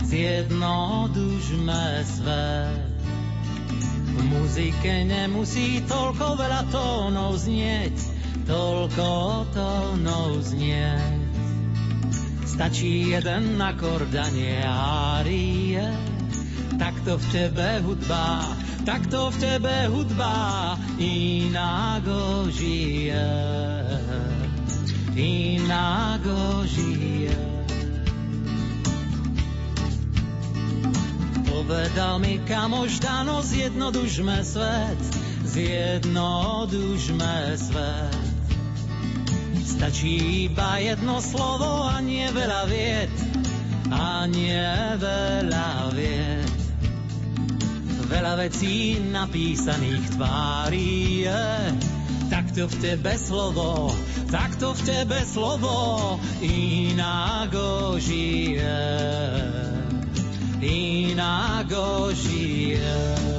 Zjednodušme svet. V muzike nemusí toľko veľa tónov znieť, toľko tónov znieť. Stačí jeden akord a nie árie. Takto v tebe hudba, takto v tebe hudba inágo žije, inágo žije. Povedal mi kamoš, Dano, zjednodušme svet, zjednodušme svet. Stačí iba jedno slovo a nie veľa vied, a nie veľa vied. Veľa vecí napísaných tvári je, takto v tebe slovo, takto v tebe slovo inágo žije, inágo žije.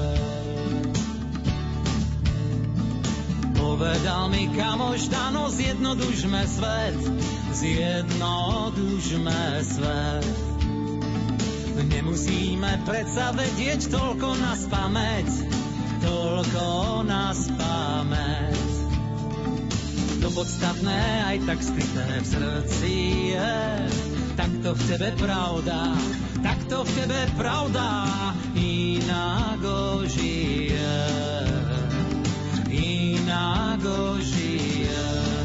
Povedal mi kamoš, Dano, zjednodušme svet, zjednodušme svet. Nemusíme predsa vedieť toľko naspamäť, toľko naspamäť. To podstatné aj tak skryté v srdci je, takto v tebe pravda, takto v tebe pravda inágo žije, inágo žije.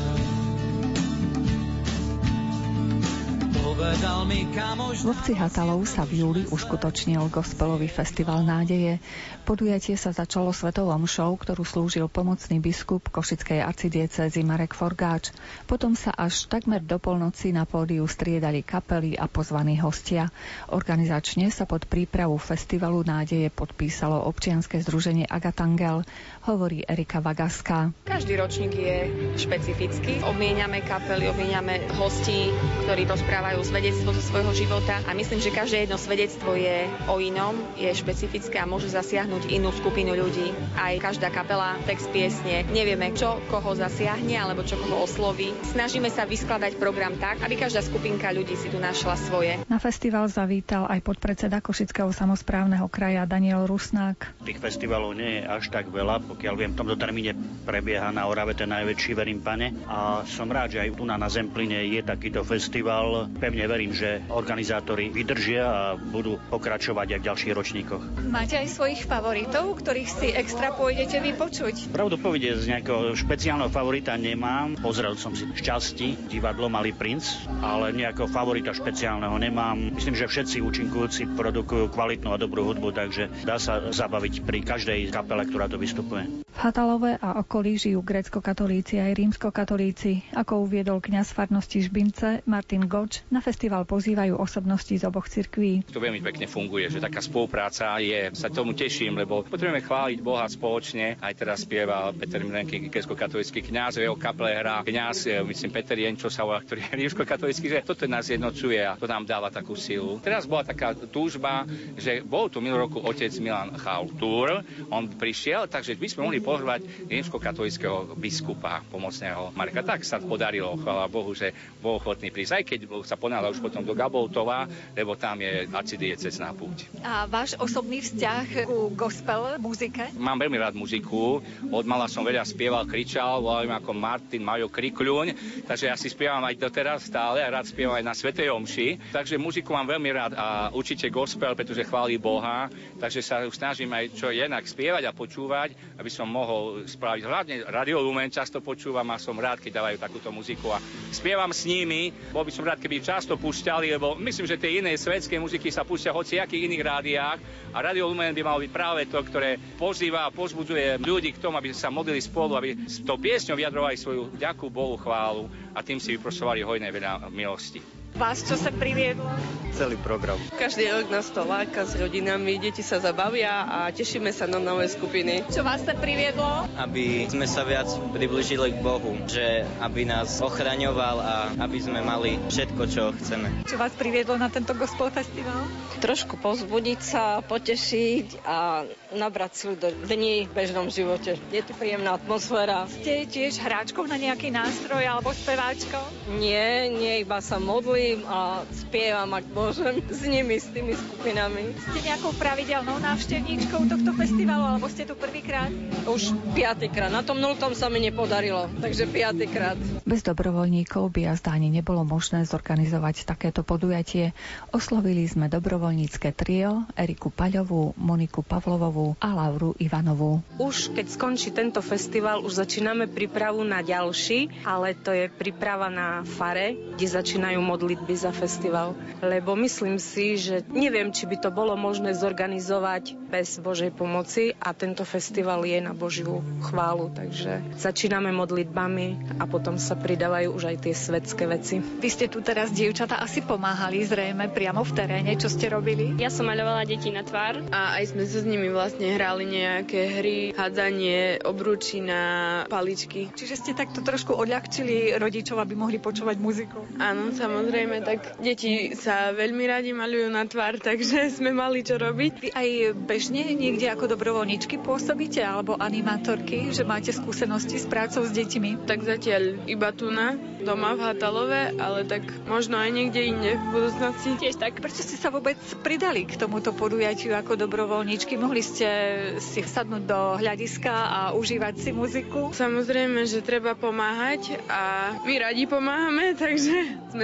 V obci Hatalov sa v júli uskutočnil gospelový festival nádeje. Podujatie sa začalo svetovou omšou, ktorú slúžil pomocný biskup košickej arcidiecézy Marek Forgáč. Potom sa až takmer do polnoci na pódiu striedali kapely a pozvaní hostia. Organizačne sa pod prípravu festivalu nádeje podpísalo občianske združenie Agatangel, hovorí Erika Vagaská. Každý ročník je špecifický. Obmieniame kapely, obmieniame hostí, ktorí rozprávajú svedectvo zo svojho života a myslím, že každé jedno svedectvo je o inom, je špecifické a môže zasiahnuť inú skupinu ľudí. Aj každá kapela, text piesne, nevieme, čo koho zasiahne alebo čo koho osloví. Snažíme sa vyskladať program tak, aby každá skupinka ľudí si tu našla svoje. Na festival zavítal aj podpredseda Košického samosprávneho kraja Daniel Rusnák. Tých festivalov nie je až tak veľa, pokiaľ viem, v tomto termíne prebieha na Orave ten najväčší, verím, pane. A som rád, že aj tu na Zempline je takýto festival. Pevne verím, že organizátori vydržia a budú pokračovať aj v ďalších ročníkoch. Máte aj svojich favoritov, ktorých si extra pôjdete vypočuť? Pravdu povedať, z nejakého špeciálneho favorita nemám. Pozrel som si Šťastí, divadlo Malý princ, ale nejakého favorita špeciálneho nemám. Myslím, že všetci účinkujúci produkujú kvalitnú a dobrú hudbu, takže dá sa zabaviť pri každej kapele, ktorá to vystupuje. V Hatalove a okolí žijú gréckokatolíci aj rímskokatolíci. Ako uviedol kňaz farnosti Žbince Martin Goč, na festival pozývajú osobnosti z oboch cirkví. To veľmi pekne funguje, že taká spolupráca je. Sa tomu teším, lebo potrebujeme chváliť Boha spoločne. Aj teraz spieva Peter Milenky, gréckokatolícky kňaz, v jeho kaple hrá kňaz, myslím Peter Jenčo sa volá, ktorý je rímskokatolícky, že toto nás jednocuje a to nám dáva takú silu. Teraz bola taká túžba, že bol tu minulý roku otec Milan Chaltúr, on prišiel, takže by sme mohli pozvať rímskokatolíckeho biskupa pomocného Marka. Tak sa podarilo, chvála Bohu, že bol ochotný prísť, aj keď sa ponáhľal už potom do Gaboltova, lebo tam je arcidiecézna púť. A váš osobný vzťah ku gospel muzike? Mám veľmi rád muziku. Od mala som veľa spieval, kričal, volali ma ako Martin Majo Krikľuň, takže ja si spievam aj doteraz stále a rád spievam aj na svätej omši. Takže muziku mám veľmi rád a určite gospel, pretože chváli Boha, takže sa snažím aj čo jednak spievať a počúvať, aby som mohol spraviť. Hlavne Radio Lumen často počúvam a som rád, keď dávajú takúto muziku a spievam s nimi. Bol by som rád, keby často púšťali, lebo myslím, že tie iné svetské muziky sa púšťa v hociakých iných rádiách a Radio Lumen by malo byť práve to, ktoré pozýva a pozbudzuje ľudí k tomu, aby sa modlili spolu, aby s tou piesňou vyjadrovali svoju vďaku Bohu, chválu a tým si vyprosovali hojné veľa milosti. Vás čo sa priviedlo? Celý program. Každý rok nás to láka s rodinami, deti sa zabavia a tešíme sa na nové skupiny. Čo vás sa priviedlo? Aby sme sa viac priblížili k Bohu, že aby nás ochraňoval a aby sme mali všetko, čo chceme. Čo vás priviedlo na tento gospel festival? Trošku povzbudiť sa, potešiť a nabrať silu do dní v bežnom živote. Je tu príjemná atmosféra. Ste tiež hráčkou na nejaký nástroj alebo speváčkou? Nie, iba sa modlím a spievam, ak môžem, s nimi, s tými skupinami. Ste nejakou pravidelnou návštevníčkou tohto festivalu, alebo ste tu prvýkrát? Už 5. krát. Na tom 0. sa mi nepodarilo, takže 5. krát. Bez dobrovoľníkov by jazda ani nebolo možné zorganizovať takéto podujatie. Oslovili sme dobrovoľnícke trio Eriku Paľovú, Moniku Pavlovovú a Lauru Ivanovú. Už keď skončí tento festival, už začíname prípravu na ďalší, ale to je príprava na fare, kde začínajú modlitby za festival. Lebo myslím si, že neviem, či by to bolo možné zorganizovať bez Božej pomoci a tento festival je na Božiu chválu, takže začíname modlitbami a potom sa pridávajú už aj tie svetské veci. Vy ste tu teraz, dievčatá, asi pomáhali zrejme priamo v teréne, čo ste robili? Ja som maľovala deti na tvár. A aj sme sa s nimi vlastne hrali nejaké hry, hádzanie, obručí na paličky. Čiže ste takto trošku odľahčili rodičov, aby mohli počúvať muziku? Áno, samozrejme, tak deti sa veľmi radi maľujú na tvár, takže sme mali čo robiť. Vy aj bežne niekde ako dobrovoľníčky pôsobíte, alebo animátorky, že máte skúsenosti s prácou s deťmi? Tak zatiaľ iba tu doma v Hatalove, ale tak možno aj niekde inde v budúcnosti. Tiež tak. Prečo ste sa vôbec pridali k tomuto podujatiu ako dobrovoľníčky? Mohli ste si sadnúť do hľadiska a užívať si muziku? Samozrejme, že treba pomáhať a my radi pomáhame, takže sme si tak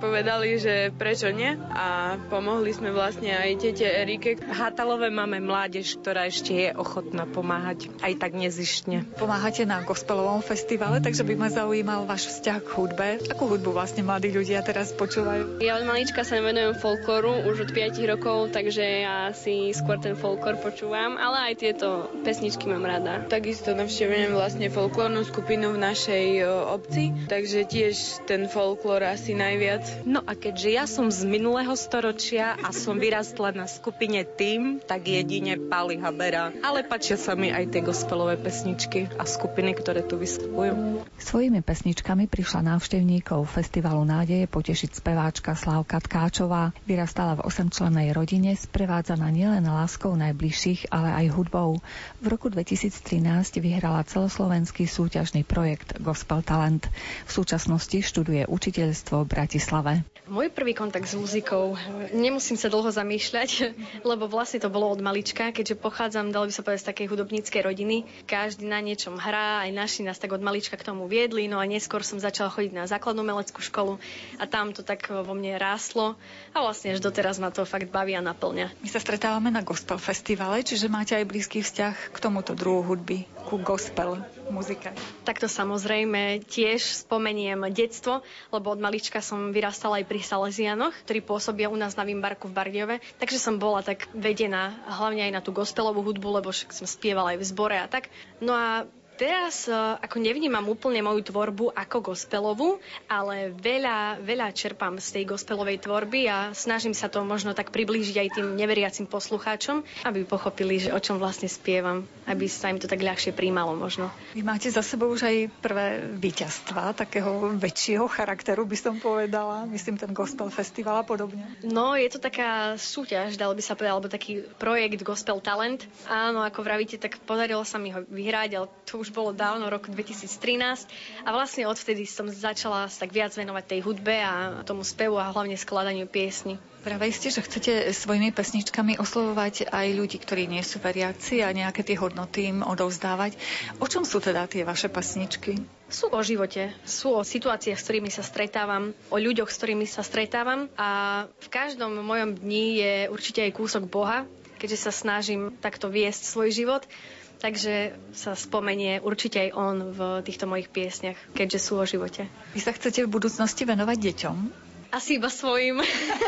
povedali, že prečo nie a pomohli sme vlastne aj tete Erike. V Hatalove máme mládež, ktorá ešte je ochotná pomáhať, aj tak nezištne. Pomáhate na gospelovom festivale, takže by ma zaujímal váš vzťah k hudbe. Akú hudbu vlastne mladí ľudia teraz počúvajú? Ja od malička sa venujem folklóru už od 5 rokov, takže ja si skôr ten folklór počúvam, ale aj tieto pesničky mám rada. Takisto navštevujem vlastne folklórnu skupinu v našej obci, takže tiež ten folklór asi najviac. No a keďže ja som z minulého storočia a som vyrastla na skupine Tým, tak jedine Pali Habera, ale páčia sa mi aj tie gospelové pesničky a skupiny, ktoré tu vystupujú. Svojimi pesničkami prišla návštevníkov Festivalu nádeje potešiť speváčka Slávka Tkáčová. Vyrastala v 8-člennej rodine, sprevádzaná nielen láskou najbližších, ale aj hudbou. V roku 2013 vyhrala celoslovenský súťažný projekt Gospel Talent. V súčasnosti študuje učiteľstvo v Bratislave. Môj prvý kontakt s muzikou, nemusím sa dlho zamýšľať, lebo vlastne to bolo od malička, keďže pochádzam, dalo by sa povedať, z takej hudobníckej rodiny. Každý na niečom hrá, aj naši nás tak od malička k tomu viedli, no a neskôr som začala chodiť na základnú umeleckú školu a tam to tak vo mne rástlo a vlastne až doteraz ma to fakt baví a naplňa. My sa stretávame na gospel festivale, čiže máte aj blízky vzťah k tomuto druhu hudby, ku gospel muzike. Takto samozrejme tiež spomeniem detstvo, lebo od malička som vyrastala aj pri Salesianoch, ktorí pôsobia u nás na Vimbarku v Bardejove, takže som bola tak vedená hlavne aj na tú gospelovú hudbu, lebo však som spievala aj v zbore a tak. No a teraz ako nevnímam úplne moju tvorbu ako gospelovú, ale veľa čerpám z tej gospelovej tvorby a snažím sa to možno tak priblížiť aj tým neveriacim poslucháčom, aby pochopili, že o čom vlastne spievam, aby sa im to tak ľahšie príjmalo možno. Vy máte za sebou už aj prvé víťazstvá takého väčšieho charakteru, by som povedala, myslím ten gospel festival a podobne. No, je to taká súťaž, dalo by sa povedať, alebo taký projekt Gospel Talent. Áno, ako vravíte, tak podarilo sa mi ho vyhrať, ale to už bolo dávno, roku 2013 a vlastne odvtedy som začala sa tak viac venovať tej hudbe a tomu spevu a hlavne skladaniu piesni. Pravej ste, že chcete svojimi pesničkami oslovovať aj ľudí, ktorí nie sú veriaci a nejaké tie hodnoty im odovzdávať. O čom sú teda tie vaše pesničky? Sú o živote, sú o situáciách, s ktorými sa stretávam, o ľuďoch, s ktorými sa stretávam a v každom mojom dni je určite aj kúsok Boha, keďže sa snažím takto viesť svoj život. Takže sa spomenie určite aj on v týchto mojich piesniach, keďže sú o živote. Vy sa chcete v budúcnosti venovať deťom? Asi iba svojim.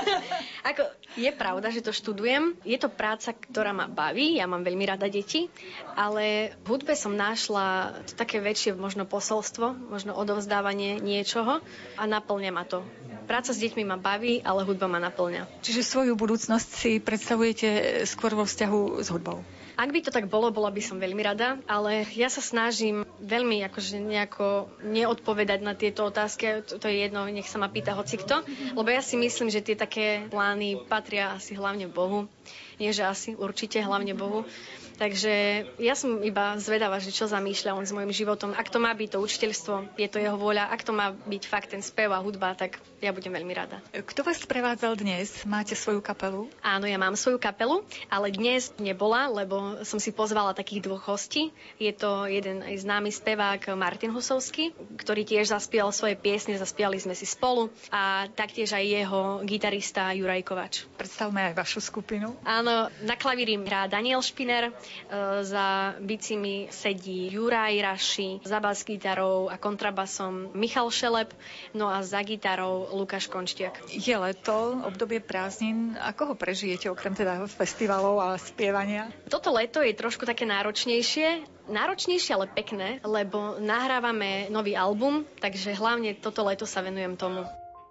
Je pravda, že to študujem. Je to práca, ktorá ma baví. Ja mám veľmi rada deti, ale v hudbe som našla také väčšie možno posolstvo, možno odovzdávanie niečoho a naplňa ma to. Práca s deťmi ma baví, ale hudba ma naplňa. Čiže svoju budúcnosť si predstavujete skôr vo vzťahu s hudbou? Ak by to tak bolo, bola by som veľmi rada, ale ja sa snažím veľmi nejako neodpovedať na tieto otázky. To je jedno, nech sa ma pýta hocikto, lebo ja si myslím, že tie také plány patria asi hlavne Bohu. Nie, že asi, určite hlavne Bohu. Takže ja som iba zvedavá, že čo zamýšľa on s mojím životom. Ak to má byť to učiteľstvo, je to jeho vôľa. Ak to má byť fakt ten spev a hudba, tak ja budem veľmi rada. Kto vás prevádzal dnes? Máte svoju kapelu? Áno, ja mám svoju kapelu, ale dnes nebola, lebo som si pozvala takých dvoch hostí. Je to jeden aj známy spevák Martin Husovský, ktorý tiež zaspieval svoje piesne, zaspievali sme si spolu a taktiež aj jeho gitarista Juraj Kovač. Predstavme aj vašu skupinu. Áno, na klavíri hrá Daniel Špiner, za bicimi sedí Juraj Raši, za bas-gitarou a kontrabasom Michal Šelep, no a za gitarou Lukáš Konštiak. Je leto, obdobie prázdnin. Ako ho prežijete okrem teda festivalov a spievania? Toto leto je trošku také náročnejšie, ale pekné, lebo nahrávame nový album, takže hlavne toto leto sa venujem tomu.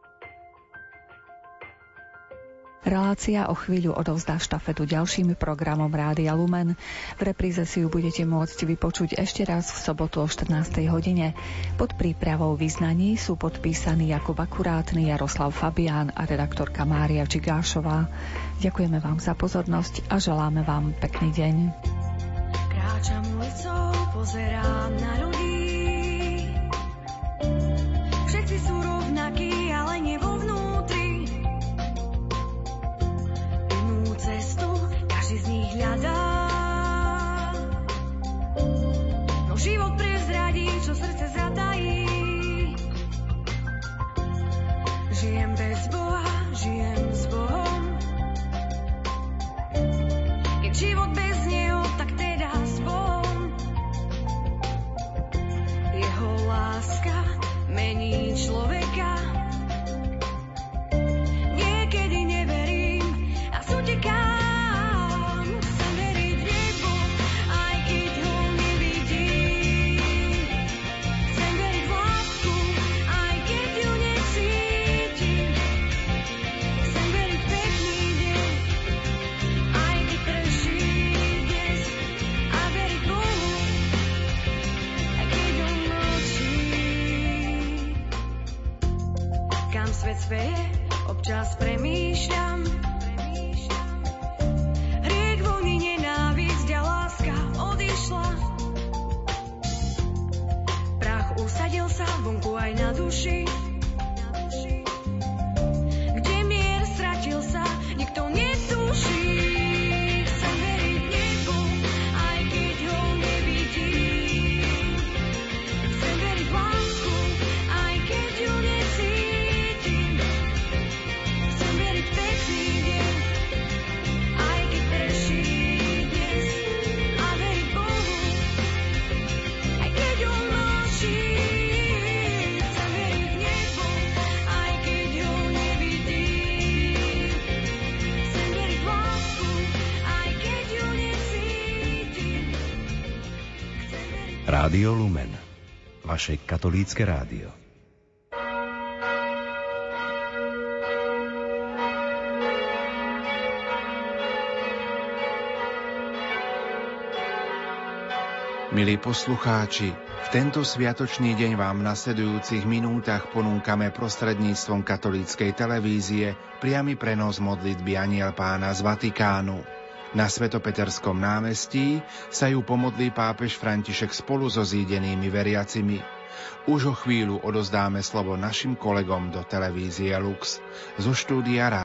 Relácia o chvíľu odovzdá štafetu ďalším programom Rádia Lumen. V repríze si ju budete môcť vypočuť ešte raz v sobotu o 14. hodine. Pod prípravou vyznaní sú podpísaní Jakub Akurátny, Jaroslav Fabián a redaktorka Mária Čigášová. Ďakujeme vám za pozornosť a želáme vám pekný deň. Kráčam ulicou, pozerám na ľudí. Všetci sú rovnakí, ale nie vo vnútri. Inú cestu každý z nich hľadá. No život prezradí, čo srdce zatají. Žijem bez raz premýšľam. Hriek, vojny, nenávisť a láska odišla. Prach usadil sa vonku aj na duši. Kde mier stratil sa, nikto netuší. Chcem veriť nebu, aj keď ho nevidím. Chcem veriť v lásku, aj keď ju necítim. Chcem veriť v pekný deň, aj keď prší dnes. A veriť Bohu, aj keď on mlčí. Chcem veriť v nebo, aj keď ho nevidím. Chcem veriť v lásku, aj keď ju necítim. Rádio Lumen, vaše katolícke rádio. Milí poslucháči, v tento sviatočný deň vám v nasledujúcich minútach ponúkame prostredníctvom katolíckej televízie priamy prenos modlitby Anjel Pána z Vatikánu. Na Svetopeterskom námestí sa ju pomodlí pápež František spolu so zídenými veriacimi. Už o chvíľu odozdáme slovo našim kolegom do televízie Lux. Zo štúdia